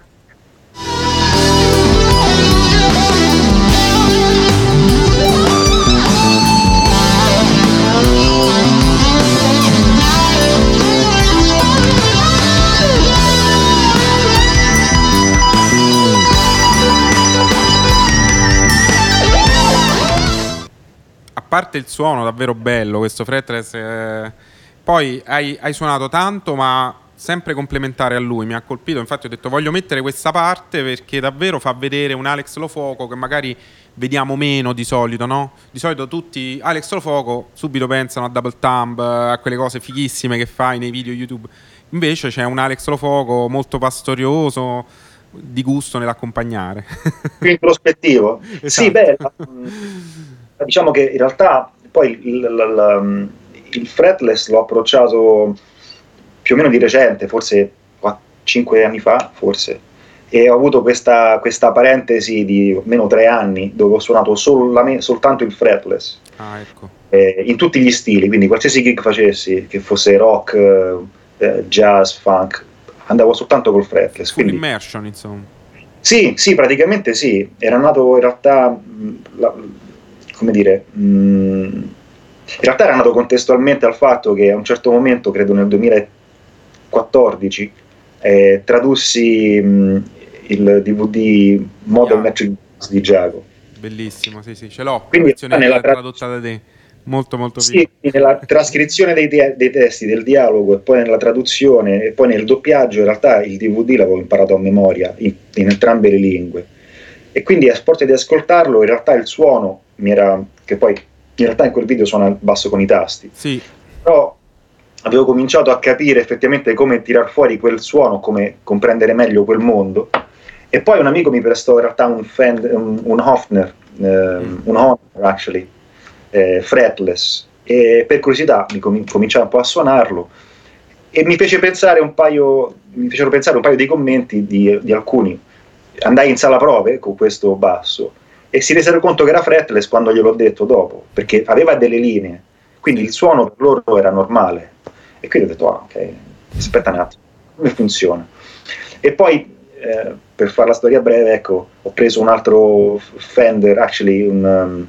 [SPEAKER 1] A parte il suono davvero bello, questo fretless, eh, poi hai, hai suonato tanto, ma sempre complementare a lui, mi ha colpito. Infatti ho detto voglio mettere questa parte perché davvero fa vedere un Alex Lofoco che magari vediamo meno di solito, no? Di solito tutti Alex Lofoco subito pensano a double thumb, a quelle cose fighissime che fai nei video YouTube. Invece c'è un Alex Lofoco molto pastorioso, di gusto nell'accompagnare.
[SPEAKER 2] Più introspettivo. Esatto. Sì, beh, diciamo che in realtà poi il, il, il, il fretless l'ho approcciato più o meno di recente, forse cinque anni fa, forse, e ho avuto questa, questa parentesi di almeno tre anni dove ho suonato solame, soltanto il fretless,
[SPEAKER 1] ah, ecco.
[SPEAKER 2] eh, in tutti gli stili, quindi qualsiasi gig facessi, che fosse rock, eh, jazz, funk, andavo soltanto col fretless.
[SPEAKER 1] Full
[SPEAKER 2] quindi,
[SPEAKER 1] immersion, insomma.
[SPEAKER 2] Sì, sì, praticamente sì, era nato in realtà, la, come dire, mh, in realtà era nato contestualmente al fatto che a un certo momento, credo nel duemilaquattordici, eh, tradussi mh, il D V D Model yeah. Metric di Giacomo.
[SPEAKER 1] Bellissimo, sì, sì, ce l'ho,
[SPEAKER 2] quindi
[SPEAKER 1] la versione
[SPEAKER 2] nella tra-
[SPEAKER 1] tradotta da te, molto molto
[SPEAKER 2] sì, nella trascrizione dei, de- dei testi, del dialogo, e poi nella traduzione e poi nel doppiaggio, in realtà il D V D l'avevo imparato a memoria in, in entrambe le lingue, e quindi a forza di ascoltarlo in realtà il suono mi era, che poi in realtà in quel video suona il basso con i tasti,
[SPEAKER 1] sì.
[SPEAKER 2] Però avevo cominciato a capire effettivamente come tirar fuori quel suono, come comprendere meglio quel mondo, e poi un amico mi prestò in realtà un, Fender, un, un Hofner, eh, mm. un Honor actually, eh, fretless, e per curiosità mi com- cominciai un po' a suonarlo e mi fece pensare un paio mi fecero pensare un paio di commenti di, di alcuni. Andai in sala prove con questo basso e si resero conto che era fretless quando gliel'ho detto dopo, perché aveva delle linee, quindi il suono per loro era normale, e quindi ho detto ah, ok, aspetta un attimo, come funziona? E poi eh, per fare la storia breve, ecco, ho preso un altro Fender, actually un, um,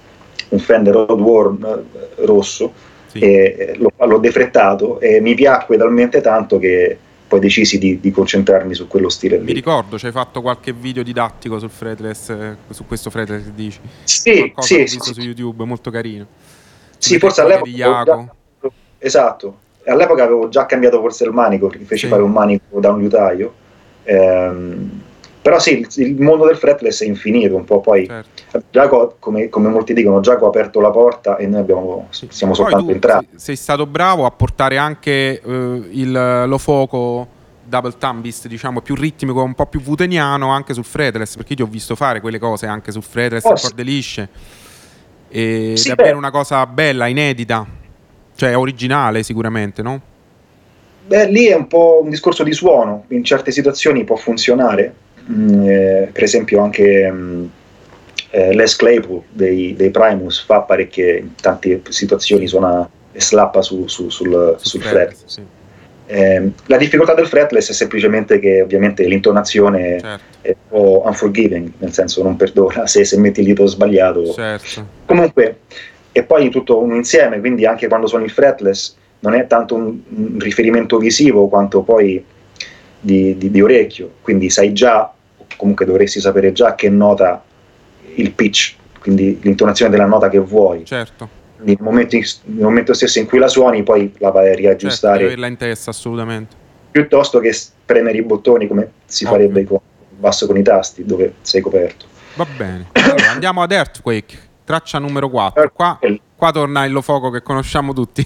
[SPEAKER 2] un Fender Roadworm uh, rosso, sì. e l'ho, l'ho defrettato e mi piacque talmente tanto che poi decisi di, di concentrarmi su quello stile lì.
[SPEAKER 1] Mi ricordo, ci hai fatto qualche video didattico sul fretless, eh, su questo fretless che dici?
[SPEAKER 2] Sì,
[SPEAKER 1] qualcosa
[SPEAKER 2] sì,
[SPEAKER 1] l'ho visto
[SPEAKER 2] sì,
[SPEAKER 1] su YouTube, molto carino.
[SPEAKER 2] Sì, forse all'epoca già, esatto, all'epoca avevo già cambiato forse il manico, perché feci sì. fare un manico da un liutaio, ehm, però sì, il, il mondo del fretless è infinito un po', poi certo. Giacomo, come, come molti dicono, Giacomo ha aperto la porta e noi abbiamo, sì. siamo poi soltanto entrati.
[SPEAKER 1] Sei, sei stato bravo a portare anche uh, il Lofoco double thumbist, diciamo, più ritmico, un po' più wuteniano anche sul fretless, perché io ti ho visto fare quelle cose anche sul fretless oh, a corde sì. lisce. Ed sì, è davvero una cosa bella, inedita, cioè originale sicuramente, no?
[SPEAKER 2] Beh, lì è un po' un discorso di suono, in certe situazioni può funzionare, mm, eh, per esempio anche mm, eh, Les Claypool dei, dei Primus fa parecchie, in tante situazioni suona e slappa su, su, sul, su sul fretless. Sì. Eh, la difficoltà del fretless è semplicemente che ovviamente l'intonazione certo. è un po' unforgiving, nel senso non perdona se, se metti il dito sbagliato.
[SPEAKER 1] Certo.
[SPEAKER 2] Comunque, e poi tutto un insieme, quindi anche quando suoni il fretless non è tanto un, un riferimento visivo quanto poi di, di, di orecchio, quindi sai già, comunque dovresti sapere già che nota il pitch, quindi l'intonazione della nota che vuoi.
[SPEAKER 1] Certo.
[SPEAKER 2] Nel momento, in, nel momento stesso in cui la suoni poi la vai a riaggiustare,
[SPEAKER 1] certo, averla in testa assolutamente,
[SPEAKER 2] piuttosto che premere i bottoni come si Ovvio. farebbe con il basso con i tasti dove sei coperto.
[SPEAKER 1] Va bene, allora, andiamo ad Earthquake, traccia numero quattro. Qua, qua torna il Lofoco che conosciamo tutti.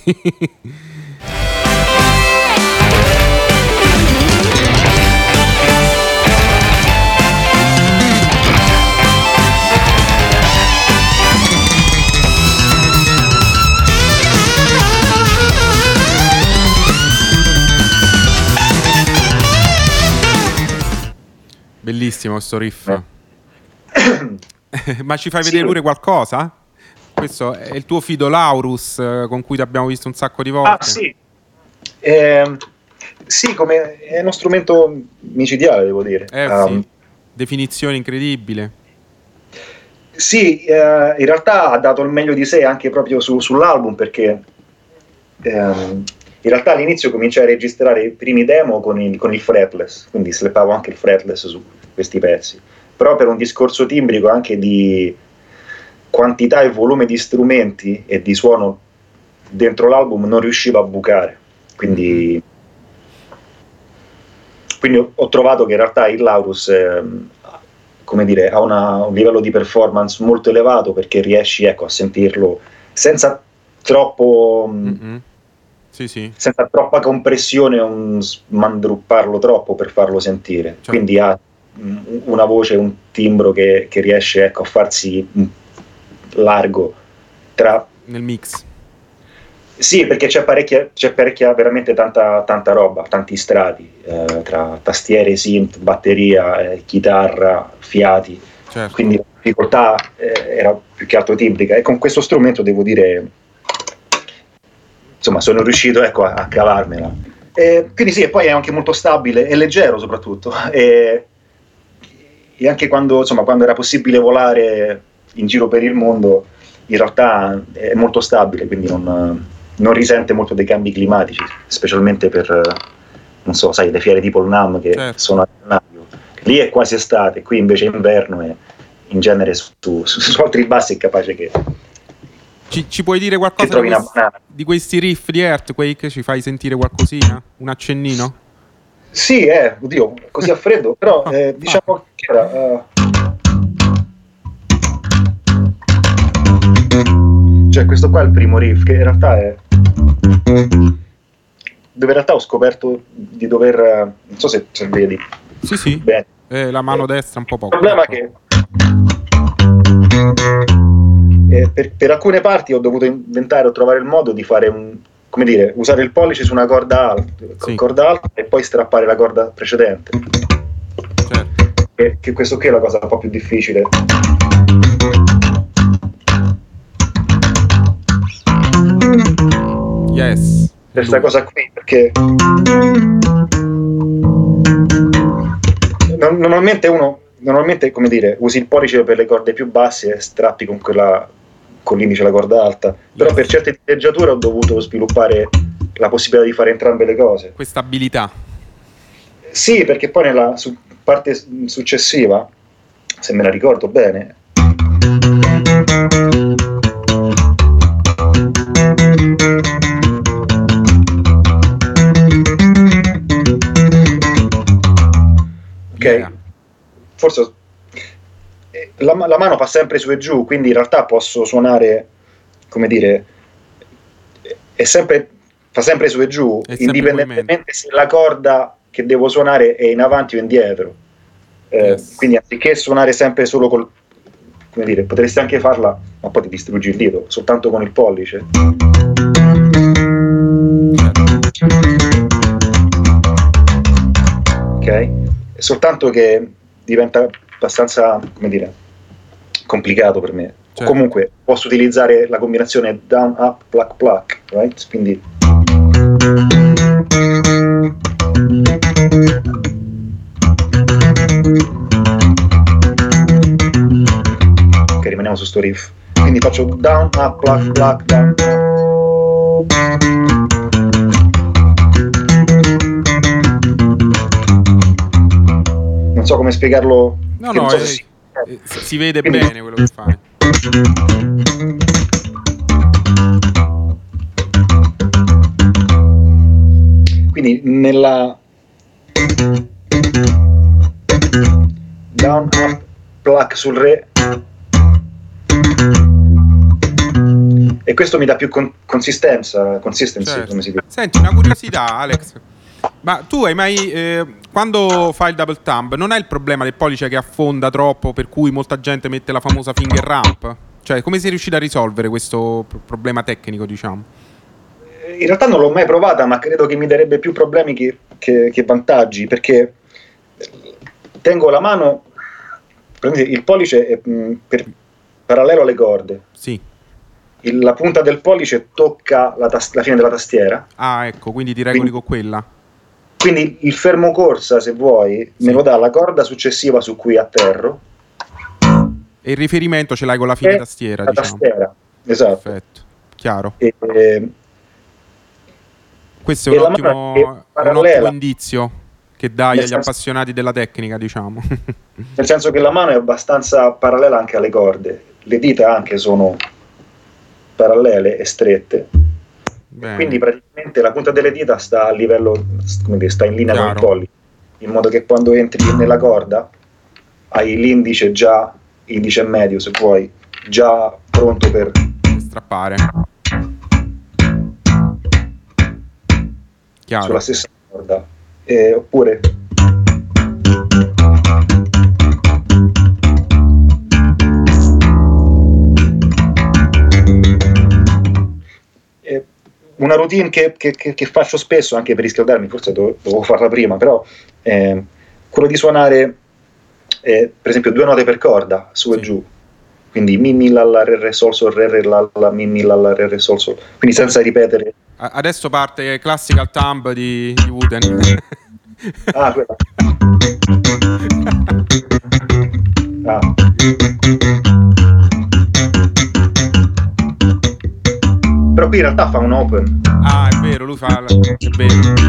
[SPEAKER 1] Bellissimo questo riff. Eh. Ma ci fai vedere sì. pure qualcosa? Questo è il tuo fido Laurus, con cui ti abbiamo visto un sacco di volte.
[SPEAKER 2] Ah sì, eh, sì, come è uno strumento micidiale, devo dire.
[SPEAKER 1] Eh, um, sì. Definizione incredibile.
[SPEAKER 2] Sì, eh, in realtà ha dato il meglio di sé anche proprio su, sull'album, perché ehm, in realtà all'inizio cominciai a registrare i primi demo con il, con il fretless, quindi slappavo anche il fretless su questi pezzi, però per un discorso timbrico anche di quantità e volume di strumenti e di suono dentro l'album non riuscivo a bucare, quindi, quindi ho trovato che in realtà il Laurus eh, come dire, ha una, un livello di performance molto elevato, perché riesci, ecco, a sentirlo senza troppo
[SPEAKER 1] mm-hmm. Sì, sì.
[SPEAKER 2] senza troppa compressione, un smandrupparlo troppo per farlo sentire, certo. Quindi ha una voce, un timbro che, che riesce, ecco, a farsi largo tra
[SPEAKER 1] nel mix.
[SPEAKER 2] Sì, perché c'è parecchia, c'è parecchia veramente tanta, tanta roba, tanti strati eh, tra tastiere, synth, batteria, eh, chitarra, fiati,
[SPEAKER 1] certo.
[SPEAKER 2] Quindi la difficoltà eh, era più che altro timbrica, e con questo strumento devo dire, insomma, sono riuscito, ecco, a, a cavarmela. E quindi sì, e poi è anche molto stabile e leggero soprattutto, e, e anche quando, insomma, quando era possibile volare in giro per il mondo, in realtà è molto stabile, quindi non, non risente molto dei cambi climatici, specialmente per, non so, sai, le fiere tipo il NAMM che
[SPEAKER 1] certo.
[SPEAKER 2] sono a gennaio. Lì è quasi estate, qui invece è inverno, e in genere su, su, su altri bassi è capace che
[SPEAKER 1] Ci, ci puoi dire qualcosa di questi, di questi riff di Earthquake? Ci fai sentire qualcosina? Un accennino?
[SPEAKER 2] Sì, eh, oddio, così a freddo, però eh, diciamo che era... Uh... Cioè, questo qua è il primo riff, che in realtà è... dove in realtà ho scoperto di dover... non so se, se vedi.
[SPEAKER 1] Sì, sì,
[SPEAKER 2] bene.
[SPEAKER 1] Eh, la mano destra un po' poco.
[SPEAKER 2] Il problema è che... Eh, per, per alcune parti ho dovuto inventare o trovare il modo di fare un, come dire, usare il pollice su una corda alta,
[SPEAKER 1] sì.
[SPEAKER 2] corda alta e poi strappare la corda precedente.
[SPEAKER 1] Certo.
[SPEAKER 2] Che, che questo qui è la cosa un po' più difficile.
[SPEAKER 1] Yes.
[SPEAKER 2] Questa cosa qui, perché non, normalmente uno normalmente, come dire, usi il pollice per le corde più basse e strappi con quella con l'indice la corda alta, però yes. per certe diteggiature ho dovuto sviluppare la possibilità di fare entrambe le cose.
[SPEAKER 1] Questa abilità.
[SPEAKER 2] Sì, perché poi nella su, parte successiva, se me la ricordo bene, ok, yeah. Forse la, la mano fa sempre su e giù, quindi in realtà posso suonare, come dire, è sempre, fa sempre su e giù, indipendentemente se la corda che devo suonare è in avanti o indietro. Eh, yes. Quindi anziché suonare sempre solo col, come dire, potresti anche farla, ma poi ti distruggi il dito, soltanto con il pollice. Ok? È soltanto che diventa abbastanza, come dire, complicato per me. Certo. Comunque posso utilizzare la combinazione down, up, pluck, pluck, right? Quindi ok, rimaniamo su sto riff. Quindi faccio down, up, pluck, pluck, down, non so come spiegarlo.
[SPEAKER 1] No, no,
[SPEAKER 2] so
[SPEAKER 1] è,
[SPEAKER 2] si...
[SPEAKER 1] è, si vede quindi bene quello che fai.
[SPEAKER 2] Quindi nella down, up, pluck sul re, e questo mi dà più con- consistenza, consistency,
[SPEAKER 1] certo.
[SPEAKER 2] come si dice.
[SPEAKER 1] Senti, una curiosità, Alex. Ma tu hai mai, eh, quando fai il double thumb, non hai il problema del pollice che affonda troppo, per cui molta gente mette la famosa finger ramp? Cioè, come sei riuscito a risolvere questo pro- problema tecnico, diciamo?
[SPEAKER 2] In realtà non l'ho mai provata, ma credo che mi darebbe più problemi che, che, che vantaggi, perché tengo la mano, prendete, il pollice è mh, per, parallelo alle corde.
[SPEAKER 1] Sì.
[SPEAKER 2] Il, la punta del pollice tocca la, tas- la fine della tastiera.
[SPEAKER 1] Ah, ecco, quindi ti regoli
[SPEAKER 2] Quindi,
[SPEAKER 1] con quella.
[SPEAKER 2] quindi il fermo corsa, se vuoi,
[SPEAKER 1] Sì.
[SPEAKER 2] me lo dà la corda successiva su cui atterro.
[SPEAKER 1] E il riferimento ce l'hai con la fine
[SPEAKER 2] E
[SPEAKER 1] tastiera,
[SPEAKER 2] la
[SPEAKER 1] diciamo.
[SPEAKER 2] tastiera, esatto.
[SPEAKER 1] Perfetto, chiaro.
[SPEAKER 2] E, e,
[SPEAKER 1] Questo è
[SPEAKER 2] e
[SPEAKER 1] un
[SPEAKER 2] la mano è
[SPEAKER 1] ottimo, è un ottimo
[SPEAKER 2] parallela,
[SPEAKER 1] indizio che dai
[SPEAKER 2] nel
[SPEAKER 1] agli
[SPEAKER 2] senso,
[SPEAKER 1] appassionati della tecnica, diciamo.
[SPEAKER 2] nel senso che la mano è abbastanza parallela anche alle corde, le dita anche sono parallele e strette.
[SPEAKER 1] Bene.
[SPEAKER 2] Quindi praticamente la punta delle dita sta a livello, come dire, sta in linea
[SPEAKER 1] Chiaro.
[SPEAKER 2] con il pollice, in modo che quando entri nella corda hai l'indice già, indice medio se vuoi, già pronto per
[SPEAKER 1] strappare. Chiaro.
[SPEAKER 2] Sulla stessa corda. Eh, oppure eh, una routine che, che, che faccio spesso anche per riscaldarmi, forse dovevo, dovevo farla prima, però eh, quello di suonare eh, per esempio due note per corda, su
[SPEAKER 1] Sì.
[SPEAKER 2] e giù, quindi mi mi la la re re sol sol re re la la mi mi la la re re sol sol, quindi senza ripetere.
[SPEAKER 1] Adesso parte Classical Thumb di, di Wooden.
[SPEAKER 2] Ah, quella. Ah. Però qui in realtà fa un open.
[SPEAKER 1] Ah, è vero, lui fa... è vero.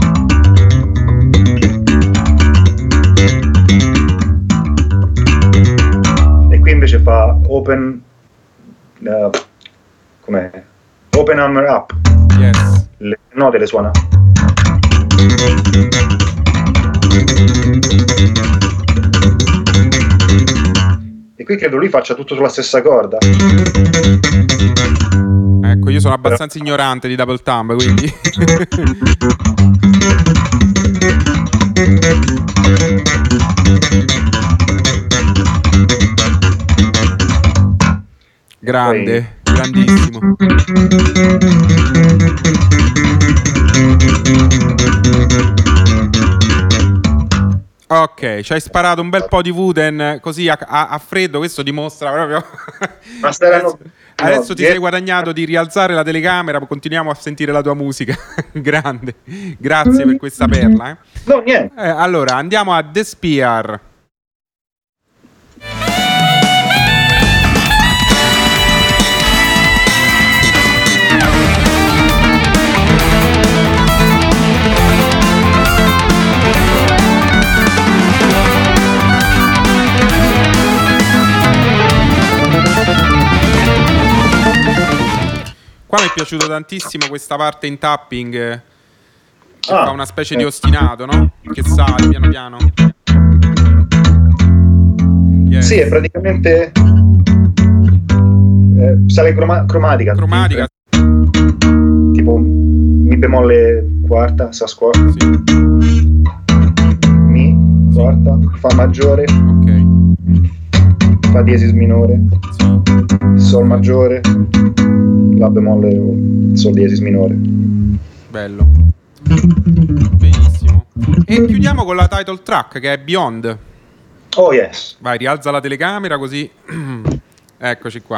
[SPEAKER 2] E qui invece fa open... Uh, com'è? Open hammer up.
[SPEAKER 1] Yes.
[SPEAKER 2] Le note le suona. E qui credo lui faccia tutto sulla stessa corda.
[SPEAKER 1] Ecco, io sono abbastanza ignorante di double thumb, quindi... Grande, poi... grandissimo. Ok, ci hai sparato un bel po' di Wooden così a, a, a freddo, questo dimostra proprio...
[SPEAKER 2] Ma saranno...
[SPEAKER 1] Adesso, adesso
[SPEAKER 2] no,
[SPEAKER 1] ti sei guadagnato di rialzare la telecamera, continuiamo a sentire la tua musica. Grande, grazie per questa perla. Eh.
[SPEAKER 2] No, niente.
[SPEAKER 1] Eh, allora, andiamo a The Spear. Qua mi è piaciuto tantissimo questa parte in tapping che ah, fa una specie eh. di ostinato, no? Che sale piano piano.
[SPEAKER 2] Yes. Sì, è praticamente eh, sale croma- cromatica.
[SPEAKER 1] Cromatica.
[SPEAKER 2] Tipo mi bemolle quarta, sa scuola. Sì. Mi, quarta, fa maggiore.
[SPEAKER 1] Ok.
[SPEAKER 2] Fa diesis minore.
[SPEAKER 1] Sì.
[SPEAKER 2] Sol maggiore. La bemolle o sol diesis minore.
[SPEAKER 1] Bello. Benissimo. E chiudiamo con la title track che è Beyond.
[SPEAKER 2] Oh yes.
[SPEAKER 1] Vai, rialza la telecamera così. Eccoci qua.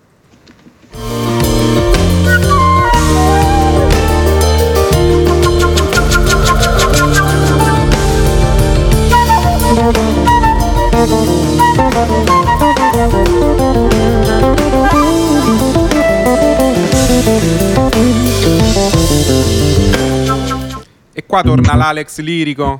[SPEAKER 1] E qua torna l'Alex lirico.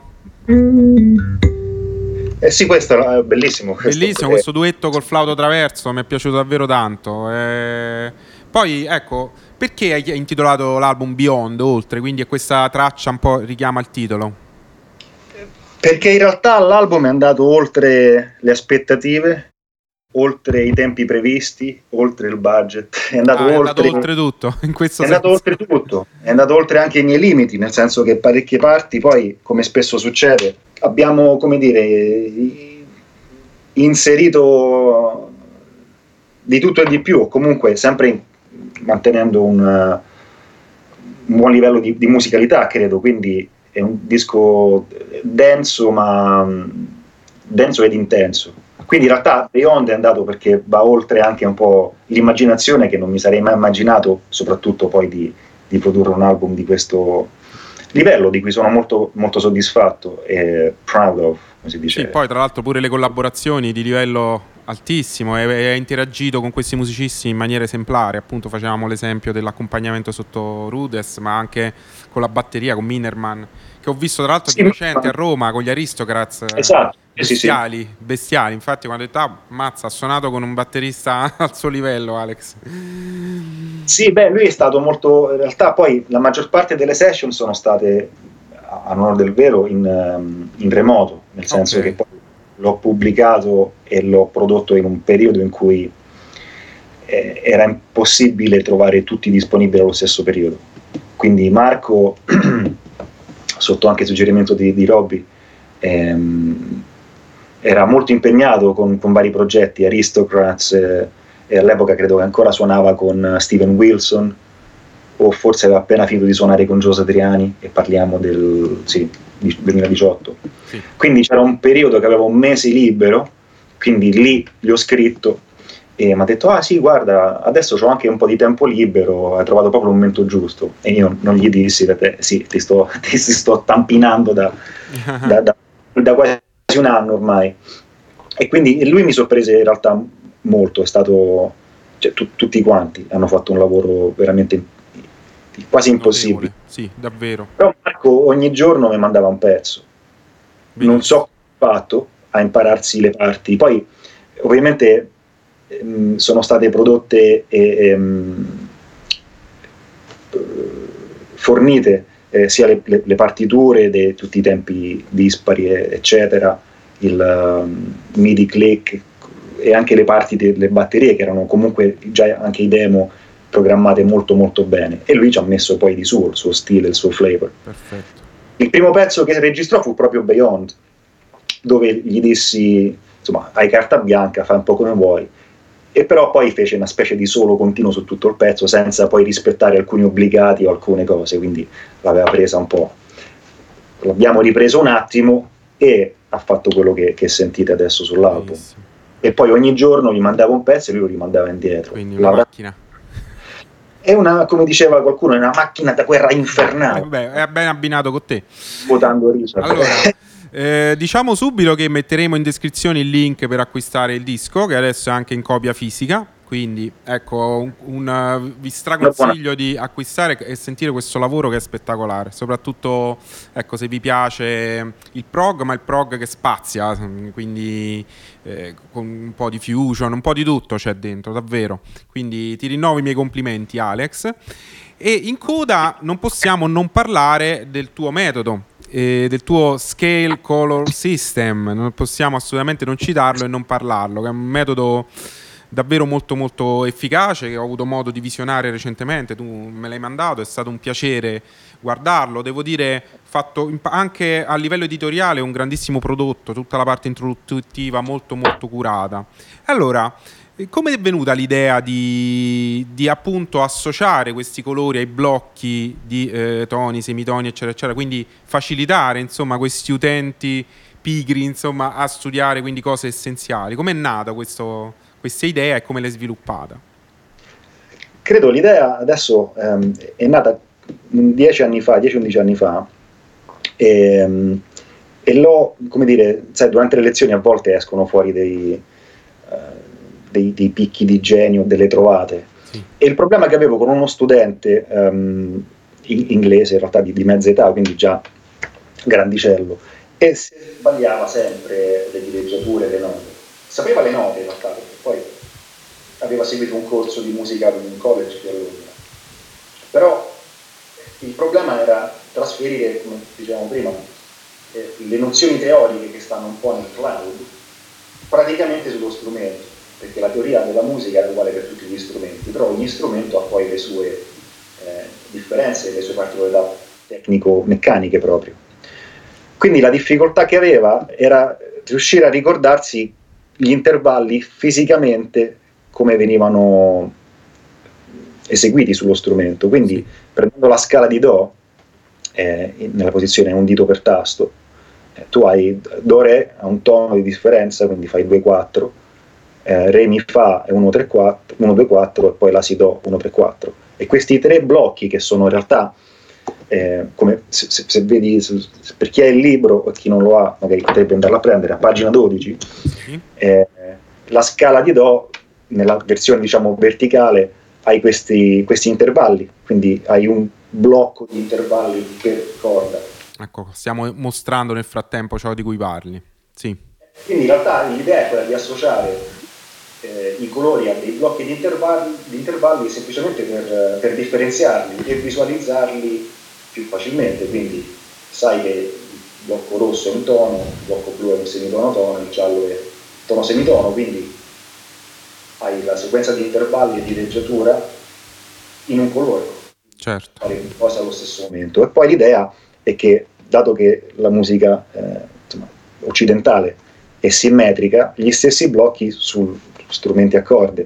[SPEAKER 2] Eh sì, questo è bellissimo. Questo
[SPEAKER 1] Bellissimo,
[SPEAKER 2] è...
[SPEAKER 1] questo duetto col flauto traverso mi è piaciuto davvero tanto. Eh... Poi, ecco, perché hai intitolato l'album Beyond, oltre? Quindi è questa traccia un po' richiama il titolo?
[SPEAKER 2] Perché in realtà l'album è andato oltre le aspettative, oltre i tempi previsti, oltre il budget, è andato
[SPEAKER 1] Ah, è andato
[SPEAKER 2] oltre,
[SPEAKER 1] oltre tutto, in questo
[SPEAKER 2] è andato
[SPEAKER 1] senso.
[SPEAKER 2] oltre tutto, è andato oltre anche i miei limiti, nel senso che parecchie parti poi, come spesso succede, abbiamo, come dire, inserito di tutto e di più, comunque sempre mantenendo un, un buon livello di, di musicalità, credo, quindi è un disco denso, ma denso ed intenso. Quindi in realtà Beyond è andato perché va oltre anche un po' l'immaginazione, che non mi sarei mai immaginato, soprattutto poi di, di produrre un album di questo livello, di cui sono molto, molto soddisfatto e proud of, come si dice.
[SPEAKER 1] Sì, poi tra l'altro pure le collaborazioni di livello altissimo, e ha interagito con questi musicisti in maniera esemplare. Appunto facevamo l'esempio dell'accompagnamento sotto Rudess, ma anche con la batteria, con Minerman, che ho visto tra l'altro
[SPEAKER 2] Sì,
[SPEAKER 1] di recente a Roma con gli Aristocrats.
[SPEAKER 2] esatto,
[SPEAKER 1] Bestiali,
[SPEAKER 2] sì, sì.
[SPEAKER 1] bestiali. Infatti quando ho detto, ah, mazza, ha suonato con un batterista al suo livello, Alex.
[SPEAKER 2] Sì, beh, lui è stato molto, in realtà poi la maggior parte delle session sono state, a onor del vero, in, in remoto, nel senso
[SPEAKER 1] Ok.
[SPEAKER 2] che poi l'ho pubblicato e l'ho prodotto in un periodo in cui eh, era impossibile trovare tutti disponibili allo stesso periodo. Quindi Marco, sotto anche suggerimento di, di Robby, ehm, era molto impegnato con, con vari progetti, Aristocrats, eh, e all'epoca credo che ancora suonava con Steven Wilson, o forse aveva appena finito di suonare con Gio Satriani, e parliamo del sì, duemiladiciotto.
[SPEAKER 1] Sì.
[SPEAKER 2] Quindi c'era un periodo che avevo un mese libero, quindi lì gli ho scritto e mi ha detto, ah sì, guarda, adesso ho anche un po' di tempo libero, hai trovato proprio il momento giusto. E io non gli dissi, perché sì, ti sto, ti sto tampinando da, da, da, da quasi un anno ormai. E quindi lui mi sorprese in realtà molto, è stato, cioè, tu, tutti quanti hanno fatto un lavoro veramente quasi impossibile.
[SPEAKER 1] Notevole, sì, davvero.
[SPEAKER 2] Però Marco ogni giorno mi mandava un pezzo, non so come ha fatto a impararsi le parti, poi ovviamente ehm, sono state prodotte e ehm, fornite eh, sia le, le, le partiture di tutti i tempi dispari eccetera, il um, MIDI click e anche le parti delle batterie, che erano comunque già anche i demo programmate molto molto bene, e lui ci ha messo poi di suo, il suo stile, il suo flavor.
[SPEAKER 1] Perfetto.
[SPEAKER 2] Il primo pezzo che registrò fu proprio Beyond, dove gli dissi, insomma, hai carta bianca, fai un po' come vuoi, e però poi fece una specie di solo continuo su tutto il pezzo, senza poi rispettare alcuni obbligati o alcune cose, quindi l'aveva presa un po'. L'abbiamo ripreso un attimo e ha fatto quello che, che sentite adesso sull'album.
[SPEAKER 1] Benissimo.
[SPEAKER 2] E poi ogni giorno gli mandava un pezzo e lui lo rimandava indietro.
[SPEAKER 1] Quindi una
[SPEAKER 2] L'avrà...
[SPEAKER 1] macchina.
[SPEAKER 2] È una, come diceva qualcuno, è una macchina da guerra infernale.
[SPEAKER 1] Eh beh, è ben abbinato con te.
[SPEAKER 2] Votando Richard.
[SPEAKER 1] Allora, eh, diciamo subito che metteremo in descrizione il link per acquistare il disco, che adesso è anche in copia fisica. Quindi ecco, un, un, vi straconsiglio di acquistare e sentire questo lavoro che è spettacolare, soprattutto ecco, se vi piace il prog, ma il prog che spazia, quindi eh, con un po' di fusion, un po' di tutto c'è dentro, davvero. Quindi ti rinnovo i miei complimenti, Alex. E in coda non possiamo non parlare del tuo metodo, eh, del tuo Scale Color System, non possiamo assolutamente non citarlo e non parlarlo, che è un metodo davvero molto molto efficace, che ho avuto modo di visionare recentemente, tu me l'hai mandato, è stato un piacere guardarlo, devo dire, fatto anche a livello editoriale un grandissimo prodotto, tutta la parte introduttiva molto molto curata. Allora, come è venuta l'idea di, di appunto associare questi colori ai blocchi di eh, toni, semitoni, eccetera, eccetera, quindi facilitare insomma questi utenti pigri insomma a studiare quindi cose essenziali? Com'è nata questo, questa idea e come l'hai sviluppata?
[SPEAKER 2] Credo l'idea adesso ehm, è nata dieci anni fa, dieci undici anni fa, e, e l'ho, come dire, sai, durante le lezioni a volte escono fuori dei, uh, dei, dei picchi di genio, delle trovate. Sì. E il problema che avevo con uno studente um, inglese, in realtà di, di mezza età, quindi già grandicello, e se sbagliava sempre le dileggiature, le note. Sapeva le note in realtà, perché poi aveva seguito un corso di musica in college qui a Londra. Però il problema era trasferire, come dicevamo prima, eh, le nozioni teoriche che stanno un po' nel cloud praticamente sullo strumento, perché la teoria della musica è uguale per tutti gli strumenti, però ogni strumento ha poi le sue eh, differenze, le sue particolarità tecnico-meccaniche proprio. Quindi la difficoltà che aveva era riuscire a ricordarsi gli intervalli fisicamente come venivano eseguiti sullo strumento. Quindi sì. Prendendo la scala di Do, eh, nella posizione un dito per tasto, eh, tu hai Do Re a un tono di differenza, quindi fai due quattro, eh, Re Mi Fa è uno tre quattro, uno due quattro e poi La Si Do uno tre quattro. E questi tre blocchi, che sono in realtà Eh, come se, se, se vedi, se, per chi ha il libro o chi non lo ha magari potrebbe andarlo a prendere a pagina dodici,
[SPEAKER 1] sì.
[SPEAKER 2] eh, la scala di Do nella versione diciamo verticale hai questi, questi intervalli, quindi hai un blocco di intervalli per corda.
[SPEAKER 1] Ecco, stiamo mostrando nel frattempo ciò di cui parli. Sì.
[SPEAKER 2] Quindi in realtà l'idea è quella di associare eh, i colori a dei blocchi di intervalli, di intervalli semplicemente per, per differenziarli e visualizzarli più facilmente. Quindi sai che il blocco rosso è un tono, il blocco blu è un semitono tono, il giallo è tono semitono, quindi hai la sequenza di intervalli e di leggiatura in un colore,
[SPEAKER 1] certo,
[SPEAKER 2] fare cose allo stesso momento. E poi l'idea è che, dato che la musica eh, insomma, occidentale è simmetrica, gli stessi blocchi su strumenti a corde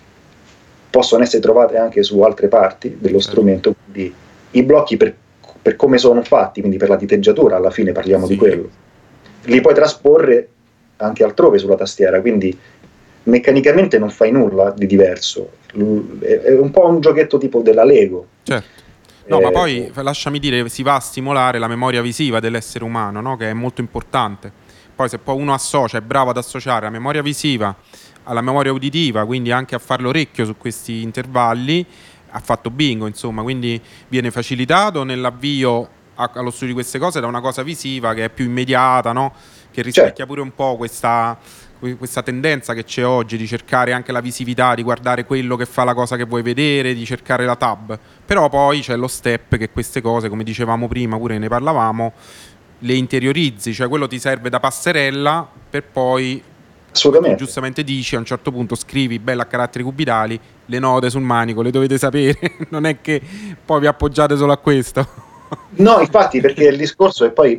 [SPEAKER 2] possono essere trovati anche su altre parti dello certo. strumento, quindi i blocchi per, per come sono fatti, quindi per la diteggiatura, alla fine parliamo sì. di quello, li puoi trasporre anche altrove sulla tastiera, quindi meccanicamente non fai nulla di diverso, è un po' un giochetto tipo della Lego.
[SPEAKER 1] Certo. No, eh, ma poi lasciami dire, si va a stimolare la memoria visiva dell'essere umano, no? Che è molto importante. Poi se poi uno associa, è bravo ad associare la memoria visiva alla memoria uditiva, quindi anche a fare l'orecchio su questi intervalli, ha fatto bingo, insomma, quindi viene facilitato nell'avvio allo studio di queste cose da una cosa visiva che è più immediata, no? Che rispecchia certo. pure un po' questa, questa tendenza che c'è oggi di cercare anche la visività, di guardare quello che fa la cosa che vuoi vedere, di cercare la tab. Però poi c'è lo step che queste cose, come dicevamo prima, pure ne parlavamo, le interiorizzi, cioè quello ti serve da passerella per poi,
[SPEAKER 2] assolutamente,
[SPEAKER 1] tu giustamente dici, a un certo punto scrivi bella a caratteri cubitali, le note sul manico le dovete sapere, non è che poi vi appoggiate solo a questo.
[SPEAKER 2] No, infatti, perché il discorso è poi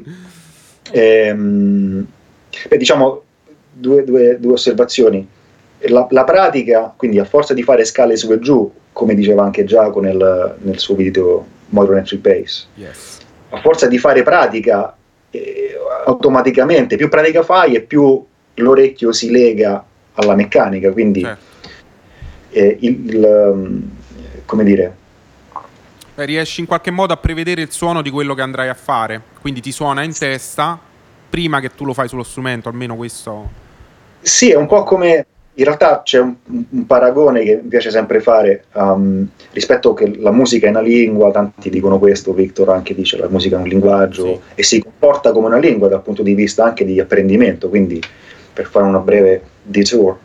[SPEAKER 2] ehm, beh, diciamo due, due, due osservazioni. La, la pratica, quindi a forza di fare scale su e giù, come diceva anche Giacomo nel, nel suo video Modern Entry Bass,
[SPEAKER 1] yes.
[SPEAKER 2] a forza di fare pratica eh, automaticamente, più pratica fai e più l'orecchio si lega alla meccanica, quindi certo. eh, il, il, come dire,
[SPEAKER 1] Beh, riesci in qualche modo a prevedere il suono di quello che andrai a fare, quindi ti suona in testa prima che tu lo fai sullo strumento, almeno questo.
[SPEAKER 2] Sì, è un po' come, in realtà c'è un, un paragone che mi piace sempre fare um, rispetto che la musica è una lingua, tanti dicono questo, Victor anche dice la musica è un linguaggio sì. e si comporta come una lingua dal punto di vista anche di apprendimento, quindi per fare una breve detour,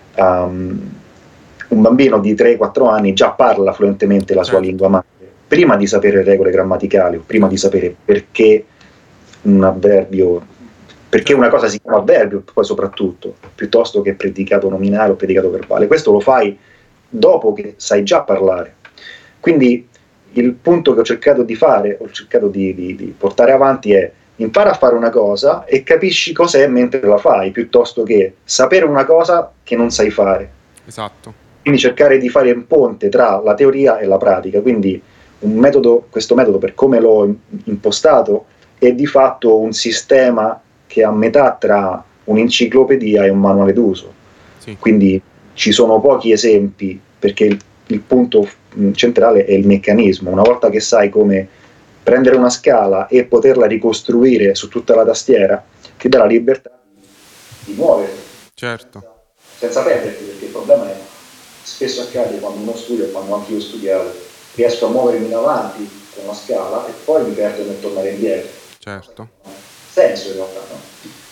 [SPEAKER 2] um, un bambino di tre quattro anni già parla fluentemente la certo. sua lingua madre, prima di sapere regole grammaticali o prima di sapere perché un avverbio, perché una cosa si chiama avverbio, poi soprattutto, piuttosto che predicato nominale o predicato verbale. Questo lo fai dopo che sai già parlare. Quindi il punto che ho cercato di fare, ho cercato di, di, di portare avanti è: impara a fare una cosa e capisci cos'è mentre la fai, piuttosto che sapere una cosa che non sai fare.
[SPEAKER 1] Esatto.
[SPEAKER 2] Quindi cercare di fare un ponte tra la teoria e la pratica. Quindi un metodo, questo metodo, per come l'ho impostato, è di fatto un sistema che è a metà tra un'enciclopedia e un manuale d'uso. Sì. Quindi ci sono pochi esempi, perché il, il punto centrale è il meccanismo. Una volta che sai come prendere una scala e poterla ricostruire su tutta la tastiera, ti dà la libertà di muoverti.
[SPEAKER 1] Certo.
[SPEAKER 2] Senza, senza perderti, perché il problema è, spesso accade quando uno studia, quando anche io studiavo, riesco a muovermi in avanti con una scala e poi mi perdo nel tornare indietro.
[SPEAKER 1] Certo.
[SPEAKER 2] Senso in realtà, no?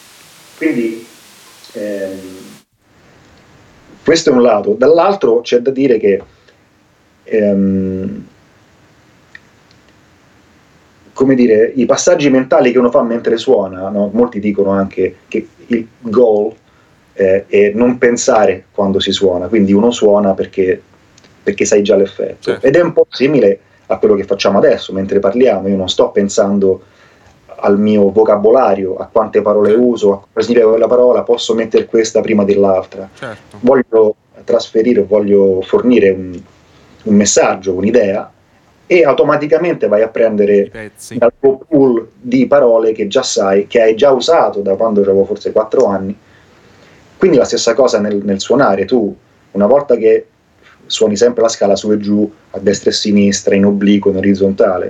[SPEAKER 2] Quindi ehm, questo è un lato. Dall'altro c'è da dire che ehm, come dire, i passaggi mentali che uno fa mentre suona, no? Molti dicono anche che il goal eh, è non pensare quando si suona, quindi uno suona perché, perché sai già l'effetto.
[SPEAKER 1] Certo.
[SPEAKER 2] Ed è un po' simile a quello che facciamo adesso, mentre parliamo, io non sto pensando al mio vocabolario, a quante parole
[SPEAKER 1] Certo.
[SPEAKER 2] uso, a cosa significa quella parola, posso mettere questa prima dell'altra.
[SPEAKER 1] Certo.
[SPEAKER 2] Voglio trasferire, voglio fornire un, un messaggio, un'idea, e automaticamente vai a prendere dal tuo pool di parole che già sai, che hai già usato da quando avevo forse quattro anni. Quindi la stessa cosa nel, nel suonare. Tu, una volta che suoni sempre la scala su e giù, a destra e a sinistra, in obliquo, in orizzontale,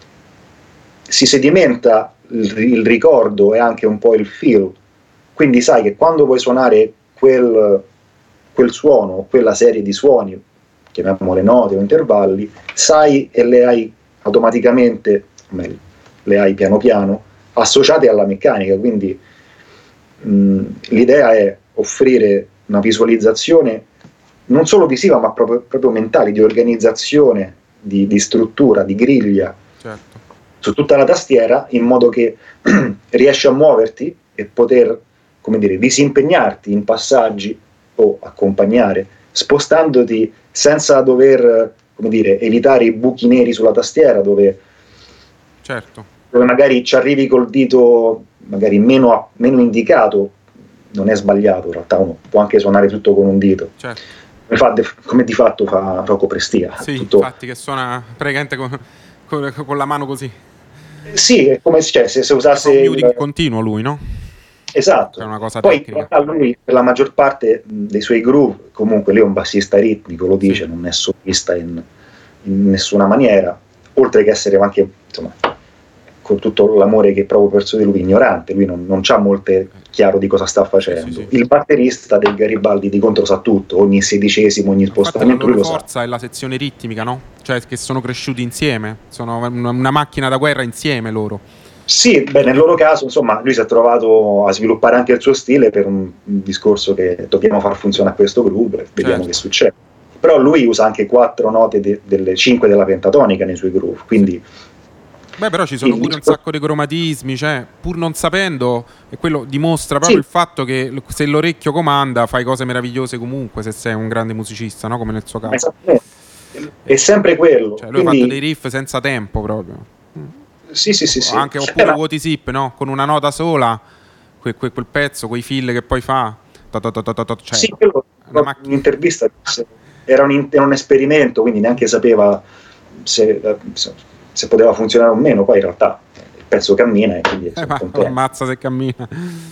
[SPEAKER 2] si sedimenta il, il ricordo e anche un po' il feel. Quindi sai che quando vuoi suonare quel, quel suono, quella serie di suoni, chiamiamole note o intervalli, sai e le hai automaticamente, meglio, le hai piano piano associate alla meccanica. Quindi mh, l'idea è offrire una visualizzazione non solo visiva ma proprio, proprio mentale, di organizzazione, di, di struttura, di griglia,
[SPEAKER 1] certo,
[SPEAKER 2] su tutta la tastiera, in modo che riesci a muoverti e poter, come dire, disimpegnarti in passaggi o accompagnare, spostandoti senza dover, come dire, evitare i buchi neri sulla tastiera dove,
[SPEAKER 1] certo.
[SPEAKER 2] dove magari ci arrivi col dito magari meno, meno indicato. Non è sbagliato, in realtà uno può anche suonare tutto con un dito,
[SPEAKER 1] certo.
[SPEAKER 2] come, fa, come di fatto fa Rocco Prestia.
[SPEAKER 1] Sì,
[SPEAKER 2] tutto...
[SPEAKER 1] infatti, che suona praticamente con, con, con la mano così.
[SPEAKER 2] Sì, è come cioè, se, se usasse
[SPEAKER 1] fa un muting
[SPEAKER 2] il...
[SPEAKER 1] continuo lui, no?
[SPEAKER 2] Esatto.
[SPEAKER 1] È una cosa
[SPEAKER 2] Poi
[SPEAKER 1] tecnica.
[SPEAKER 2] in realtà lui, per la maggior parte dei suoi groove, comunque lui è un bassista ritmico, lo dice,
[SPEAKER 1] Sì.
[SPEAKER 2] non è solista in, in nessuna maniera, oltre che essere anche, insomma, con tutto l'amore che provo verso di lui, ignorante. Lui non, non c'ha molte chiaro di cosa sta facendo.
[SPEAKER 1] Sì, sì, sì.
[SPEAKER 2] Il batterista del Garibaldi di contro sa tutto, ogni sedicesimo, ogni spostamento
[SPEAKER 1] Infatti la
[SPEAKER 2] lui
[SPEAKER 1] loro
[SPEAKER 2] lo
[SPEAKER 1] forza
[SPEAKER 2] sa.
[SPEAKER 1] è la sezione ritmica, no? Cioè che sono cresciuti insieme, sono una, una macchina da guerra insieme loro.
[SPEAKER 2] Sì, beh, nel loro caso, insomma, lui si è trovato a sviluppare anche il suo stile per un, un discorso che dobbiamo far funzionare questo gruppo e vediamo
[SPEAKER 1] Certo.
[SPEAKER 2] che succede. Però lui usa anche quattro note de, delle cinque della pentatonica nei suoi groove, quindi...
[SPEAKER 1] Sì. Beh, però ci sono
[SPEAKER 2] il
[SPEAKER 1] pure un
[SPEAKER 2] discorso...
[SPEAKER 1] sacco di cromatismi, cioè, pur non sapendo, e quello dimostra proprio
[SPEAKER 2] sì.
[SPEAKER 1] il fatto che se l'orecchio comanda fai cose meravigliose comunque, se sei un grande musicista, no? Come nel suo caso.
[SPEAKER 2] Esattamente. È sempre quello.
[SPEAKER 1] Cioè, lui
[SPEAKER 2] quindi...
[SPEAKER 1] ha fatto dei riff senza tempo proprio.
[SPEAKER 2] Sì, sì, sì, sì.
[SPEAKER 1] Anche, oppure
[SPEAKER 2] eh, ma...
[SPEAKER 1] What Is It, no? Con una nota sola, quel, quel, quel pezzo, quei fill che poi fa. To, to, to, to, to, cioè,
[SPEAKER 2] sì, quello,
[SPEAKER 1] una macchina.
[SPEAKER 2] un'intervista era un, era un esperimento, quindi neanche sapeva se, se poteva funzionare o meno. Poi in realtà il pezzo cammina e quindi
[SPEAKER 1] Eh, ma, ammazza se cammina.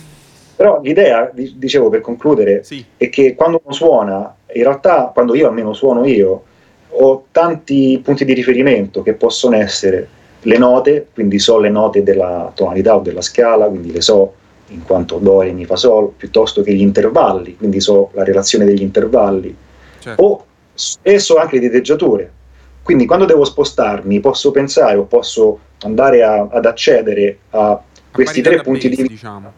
[SPEAKER 2] Però l'idea, dicevo per concludere,
[SPEAKER 1] sì.
[SPEAKER 2] è che quando uno suona, in realtà quando io almeno suono io, ho tanti punti di riferimento che possono essere le note, quindi so le note della tonalità o della scala, quindi le so in quanto do, re, mi, fa, sol, piuttosto che gli intervalli, quindi so la relazione degli intervalli,
[SPEAKER 1] certo.
[SPEAKER 2] o e so anche le diteggiature. Quindi quando devo spostarmi posso pensare o posso andare a, ad accedere a questi tre punti di vista,
[SPEAKER 1] diciamo.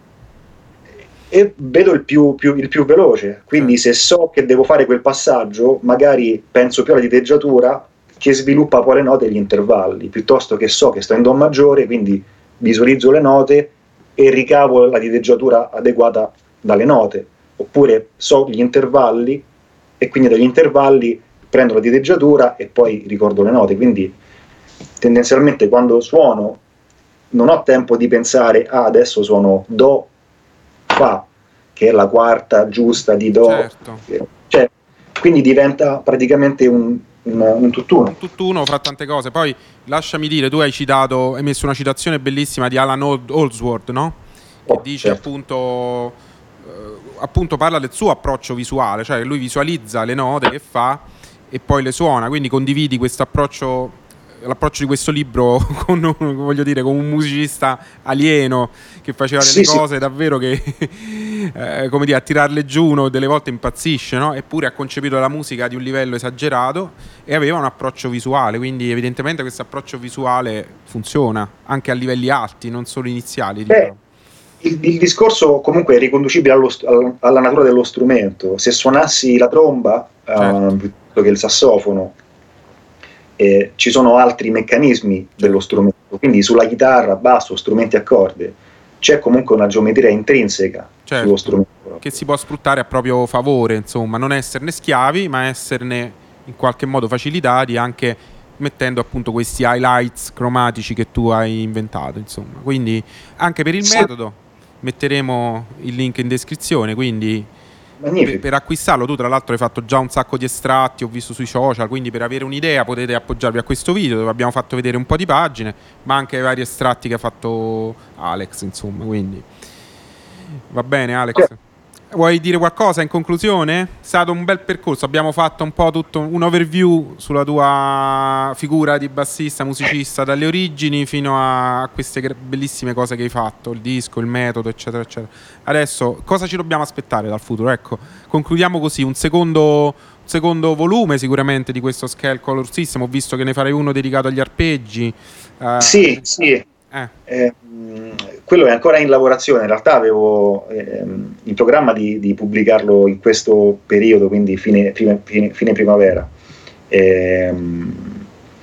[SPEAKER 2] e vedo il più, più, il più veloce. Quindi certo. Se so che devo fare quel passaggio, magari penso più alla diteggiatura che sviluppa poi le note e gli intervalli, piuttosto che so che sto in do maggiore, quindi visualizzo le note e ricavo la diteggiatura adeguata dalle note, oppure so gli intervalli e quindi dagli intervalli prendo la diteggiatura e poi ricordo le note. Quindi tendenzialmente quando suono non ho tempo di pensare ah, adesso suono do, fa, che è la quarta giusta di do,
[SPEAKER 1] certo.
[SPEAKER 2] Cioè, quindi diventa praticamente un, un, un tutt'uno.
[SPEAKER 1] Un tutt'uno fra tante cose. Poi lasciami dire, tu hai citato, hai messo una citazione bellissima di Alan Holdsworth, no? Che
[SPEAKER 2] oh,
[SPEAKER 1] dice
[SPEAKER 2] certo.
[SPEAKER 1] appunto, eh, appunto parla del suo approccio visuale, cioè lui visualizza le note che fa e poi le suona, quindi condividi questo approccio, l'approccio di questo libro con, voglio dire, con un musicista alieno che faceva delle
[SPEAKER 2] sì,
[SPEAKER 1] cose
[SPEAKER 2] sì.
[SPEAKER 1] davvero che eh, come dire, a tirarle giù uno delle volte impazzisce, no? Eppure ha concepito la musica di un livello esagerato e aveva un approccio visuale, quindi evidentemente questo approccio visuale funziona anche a livelli alti, non solo iniziali, diciamo.
[SPEAKER 2] Beh, il, il discorso comunque è riconducibile allo, alla natura dello strumento. Se suonassi la tromba
[SPEAKER 1] certo.
[SPEAKER 2] uh, piuttosto che il sassofono, eh, ci sono altri meccanismi certo. dello strumento. quindi sulla chitarra, basso, strumenti a corde, c'è comunque una geometria intrinseca, certo, sullo strumento proprio,
[SPEAKER 1] che si può sfruttare a proprio favore, insomma, non esserne schiavi, ma esserne in qualche modo facilitati, anche mettendo appunto questi highlights cromatici che tu hai inventato, insomma. Quindi anche per il sì. metodo metteremo il link in descrizione, quindi per, per acquistarlo. Tu tra l'altro hai fatto già un sacco di estratti, ho visto sui social, quindi per avere un'idea potete appoggiarvi a questo video dove abbiamo fatto vedere un po' di pagine, ma anche i vari estratti che ha fatto Alex, insomma. Quindi va bene, Alex? Sì. Vuoi dire qualcosa in conclusione? È stato un bel percorso, abbiamo fatto un po' tutto un overview sulla tua figura di bassista, musicista, dalle origini fino a queste bellissime cose che hai fatto, il disco, il metodo, eccetera, eccetera. Adesso cosa ci dobbiamo aspettare dal futuro? Ecco, concludiamo così, un secondo, un secondo volume sicuramente di questo Scale Color System, ho visto che ne farei uno dedicato agli arpeggi.
[SPEAKER 2] Uh, sì, sì. Eh. Eh, quello è ancora in lavorazione, in realtà avevo ehm, in programma di, di pubblicarlo in questo periodo, quindi fine, fine, fine, fine primavera, ehm,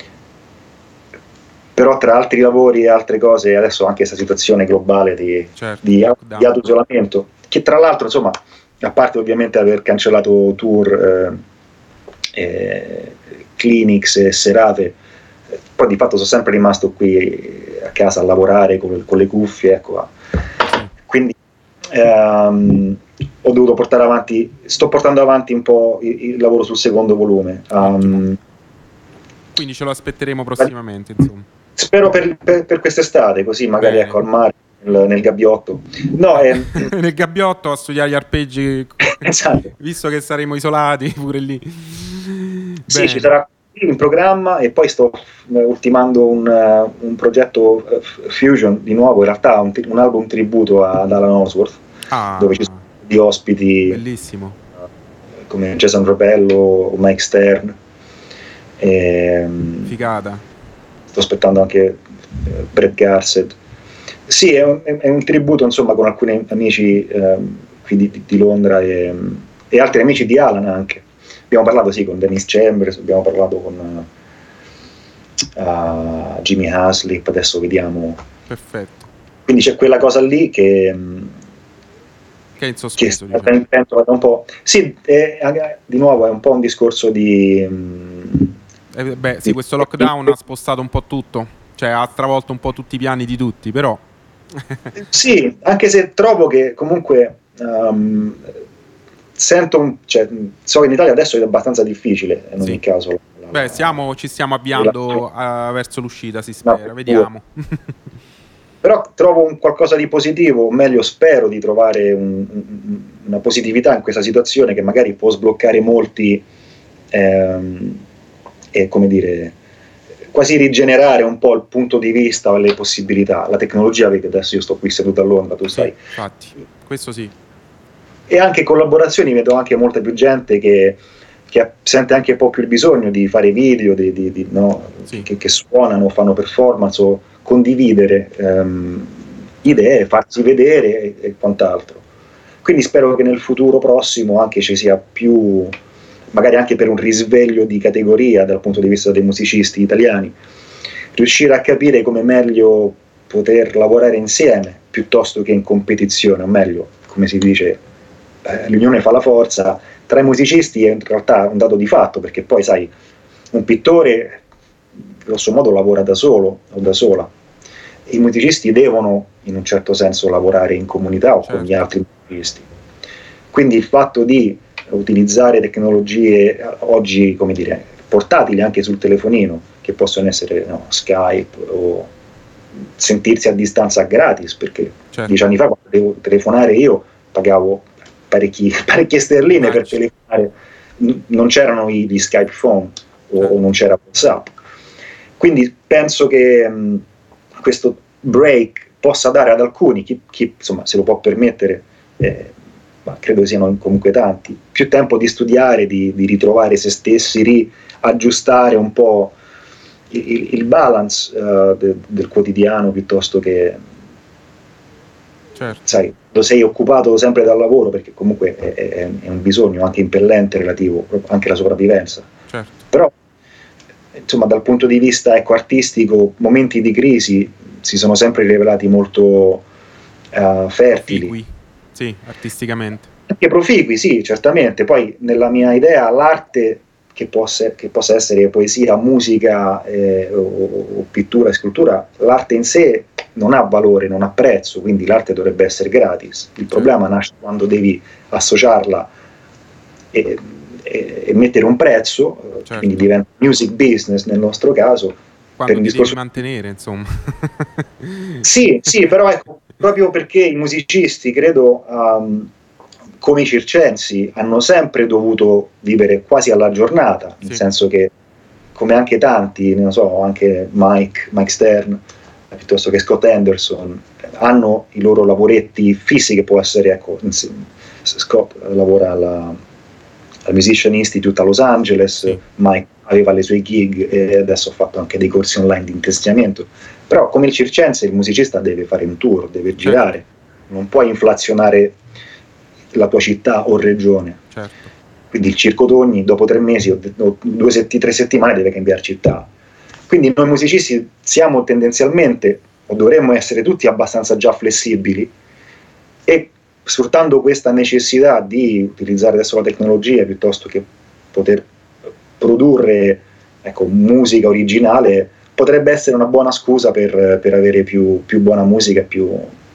[SPEAKER 2] però tra altri lavori e altre cose adesso anche questa situazione globale di, certo, di, di autoisolamento, che tra l'altro insomma, a parte ovviamente aver cancellato tour, eh, eh, clinics e serate, poi di fatto sono sempre rimasto qui a casa a lavorare con, con le cuffie, ecco. Quindi ehm, ho dovuto portare avanti, sto portando avanti un po' il, il lavoro sul secondo volume. Um,
[SPEAKER 1] Quindi ce lo aspetteremo prossimamente, insomma.
[SPEAKER 2] Spero per, per, per quest'estate, così magari ecco, al mare, nel, nel gabbiotto. No, eh,
[SPEAKER 1] nel gabbiotto a studiare gli arpeggi, esatto. Visto che saremo isolati pure lì.
[SPEAKER 2] Sì, bene. Ci sarà in programma e poi sto ultimando un, uh, un progetto uh, Fusion di nuovo, in realtà un, un album tributo ad Alan Osworth, ah, dove ci sono degli ospiti
[SPEAKER 1] bellissimo
[SPEAKER 2] uh, come Jason Rebello o Mike Stern. E,
[SPEAKER 1] figata.
[SPEAKER 2] Sto aspettando anche uh, Brett Garsed. Sì, è un, è un tributo insomma con alcuni amici um, qui di, di Londra e, e altri amici di Alan anche. Abbiamo parlato sì con Dennis Chambers, abbiamo parlato con uh, Jimmy Haslip, adesso vediamo.
[SPEAKER 1] Perfetto.
[SPEAKER 2] Quindi c'è quella cosa lì che
[SPEAKER 1] che è in sospeso,
[SPEAKER 2] che diciamo. Penso, un po', sì, è, di nuovo è un po' un discorso di
[SPEAKER 1] eh, beh, sì, questo lockdown ha spostato un po' tutto, cioè ha stravolto un po' tutti i piani di tutti, però
[SPEAKER 2] sì, anche se trovo che comunque um, sento un, cioè, so che in Italia adesso è abbastanza difficile in ogni sì. caso la, la,
[SPEAKER 1] beh siamo, ci stiamo avviando la, uh, verso l'uscita, si spera, no, vediamo.
[SPEAKER 2] Però trovo un qualcosa di positivo, o meglio spero di trovare un, un, una positività in questa situazione che magari può sbloccare molti ehm, e come dire quasi rigenerare un po' il punto di vista, le possibilità, la tecnologia, perché adesso io sto qui seduto a Londra, tu
[SPEAKER 1] sì,
[SPEAKER 2] sai.
[SPEAKER 1] Infatti, questo sì.
[SPEAKER 2] E anche collaborazioni, vedo anche molta più gente che, che sente anche un po' più il bisogno di fare video, di, di, di, no, sì. che, che suonano, fanno performance o condividere ehm, idee, farsi vedere e, e quant'altro. Quindi spero che nel futuro prossimo anche ci sia più, magari anche per un risveglio di categoria dal punto di vista dei musicisti italiani, riuscire a capire come meglio poter lavorare insieme piuttosto che in competizione, o meglio, come si dice, eh, l'unione fa la forza. Tra i musicisti è in realtà un dato di fatto, perché poi sai, un pittore grosso modo lavora da solo o da sola, i musicisti devono in un certo senso lavorare in comunità o certo. con gli altri musicisti, quindi il fatto di utilizzare tecnologie oggi, come dire, portatili anche sul telefonino, che possono essere no, Skype o sentirsi a distanza gratis, perché certo. dieci anni fa quando devo telefonare io pagavo parecchi, parecchie sterline per telefonare, non c'erano gli Skype phone o, certo. o non c'era WhatsApp. Quindi penso che mh, questo break possa dare ad alcuni, chi, chi insomma se lo può permettere, eh, ma credo siano comunque tanti, più tempo di studiare, di, di ritrovare se stessi, riaggiustare un po' il, il balance uh, de, del quotidiano, piuttosto che
[SPEAKER 1] certo.
[SPEAKER 2] sai, lo sei occupato sempre dal lavoro, perché comunque è, è, è un bisogno anche impellente relativo anche alla sopravvivenza,
[SPEAKER 1] certo.
[SPEAKER 2] però insomma, dal punto di vista, ecco, artistico, momenti di crisi si sono sempre rivelati molto uh, fertili.
[SPEAKER 1] Proficui, sì, artisticamente.
[SPEAKER 2] Anche proficui, sì, certamente. Poi nella mia idea l'arte, che possa, che possa essere poesia, musica eh, o, o pittura e scultura, l'arte in sé non ha valore, non ha prezzo, quindi l'arte dovrebbe essere gratis. Il problema nasce quando devi associarla e, e, e mettere un prezzo, certo. Quindi diventa music business nel nostro caso.
[SPEAKER 1] Quando per ti discorso... devi mantenere, insomma.
[SPEAKER 2] Sì, sì, però ecco, proprio perché i musicisti, credo, um, come i circensi, hanno sempre dovuto vivere quasi alla giornata, nel sì. senso che, come anche tanti, non so, anche Mike, Mike Stern, piuttosto che Scott Henderson, hanno i loro lavoretti fissi, che può essere, ecco, Scott lavora alla, al Musician Institute a Los Angeles, sì. Mike aveva le sue gig e adesso ha fatto anche dei corsi online di insegnamento. Però come il circense il musicista deve fare un tour, deve girare, certo. non puoi inflazionare la tua città o regione.
[SPEAKER 1] Certo.
[SPEAKER 2] Quindi il Circo Togni dopo tre mesi o due setti, tre settimane deve cambiare città. Quindi noi musicisti siamo tendenzialmente, o dovremmo essere tutti abbastanza già flessibili, e sfruttando questa necessità di utilizzare adesso la tecnologia piuttosto che poter produrre, ecco, musica originale, potrebbe essere una buona scusa per, per avere più, più buona musica, più...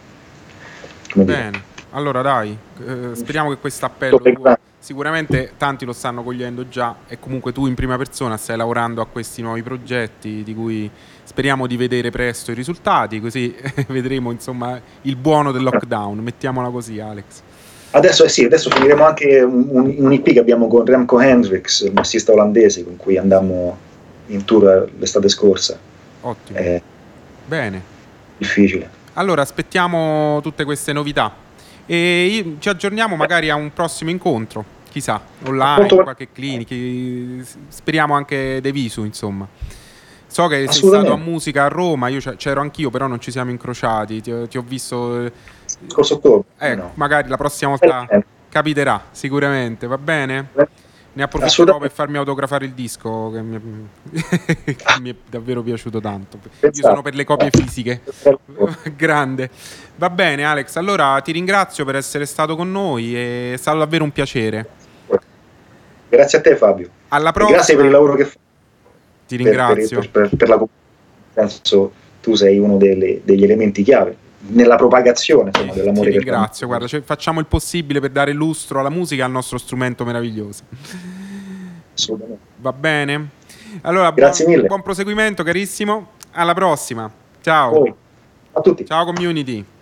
[SPEAKER 1] Come Bene, dire. Allora dai, eh, speriamo che questo appello tuo, sicuramente tanti lo stanno cogliendo già, e comunque tu in prima persona stai lavorando a questi nuovi progetti di cui speriamo di vedere presto i risultati, così vedremo insomma il buono del lockdown, mettiamola così, Alex.
[SPEAKER 2] Adesso, eh sì, adesso finiremo anche un, un I P che abbiamo con Remco Hendricks, il bassista olandese con cui andammo in tour l'estate scorsa.
[SPEAKER 1] Ottimo.
[SPEAKER 2] È
[SPEAKER 1] Bene.
[SPEAKER 2] Difficile.
[SPEAKER 1] Allora aspettiamo tutte queste novità e ci aggiorniamo magari a un prossimo incontro, chissà, online, in qualche clinica, speriamo anche De Visu, insomma. So che sei stato a musica a Roma, io c'ero anch'io, però non ci siamo incrociati, ti, ti ho visto...
[SPEAKER 2] Scorso ottobre.
[SPEAKER 1] Eh, no. Magari la prossima volta eh. capiterà, sicuramente, va bene? Eh. Ne approfitterò per farmi autografare il disco, che mi è, che mi è davvero piaciuto tanto. Io sono per le copie fisiche. Grande. Va bene, Alex, allora ti ringrazio per essere stato con noi, è stato davvero un piacere.
[SPEAKER 2] Grazie a te, Fabio.
[SPEAKER 1] Alla prossima.
[SPEAKER 2] E grazie per il lavoro che fai.
[SPEAKER 1] Ti ringrazio.
[SPEAKER 2] Per, per, per, per la penso tu sei uno delle, degli elementi chiave nella propagazione, insomma, dell'amore.
[SPEAKER 1] Ti ringrazio, guarda, cioè, facciamo il possibile per dare lustro alla musica e al nostro strumento meraviglioso.
[SPEAKER 2] Assolutamente.
[SPEAKER 1] Va bene? Allora,
[SPEAKER 2] grazie
[SPEAKER 1] buon,
[SPEAKER 2] mille.
[SPEAKER 1] Buon proseguimento, carissimo. Alla prossima. Ciao.
[SPEAKER 2] Poi, a tutti.
[SPEAKER 1] Ciao community.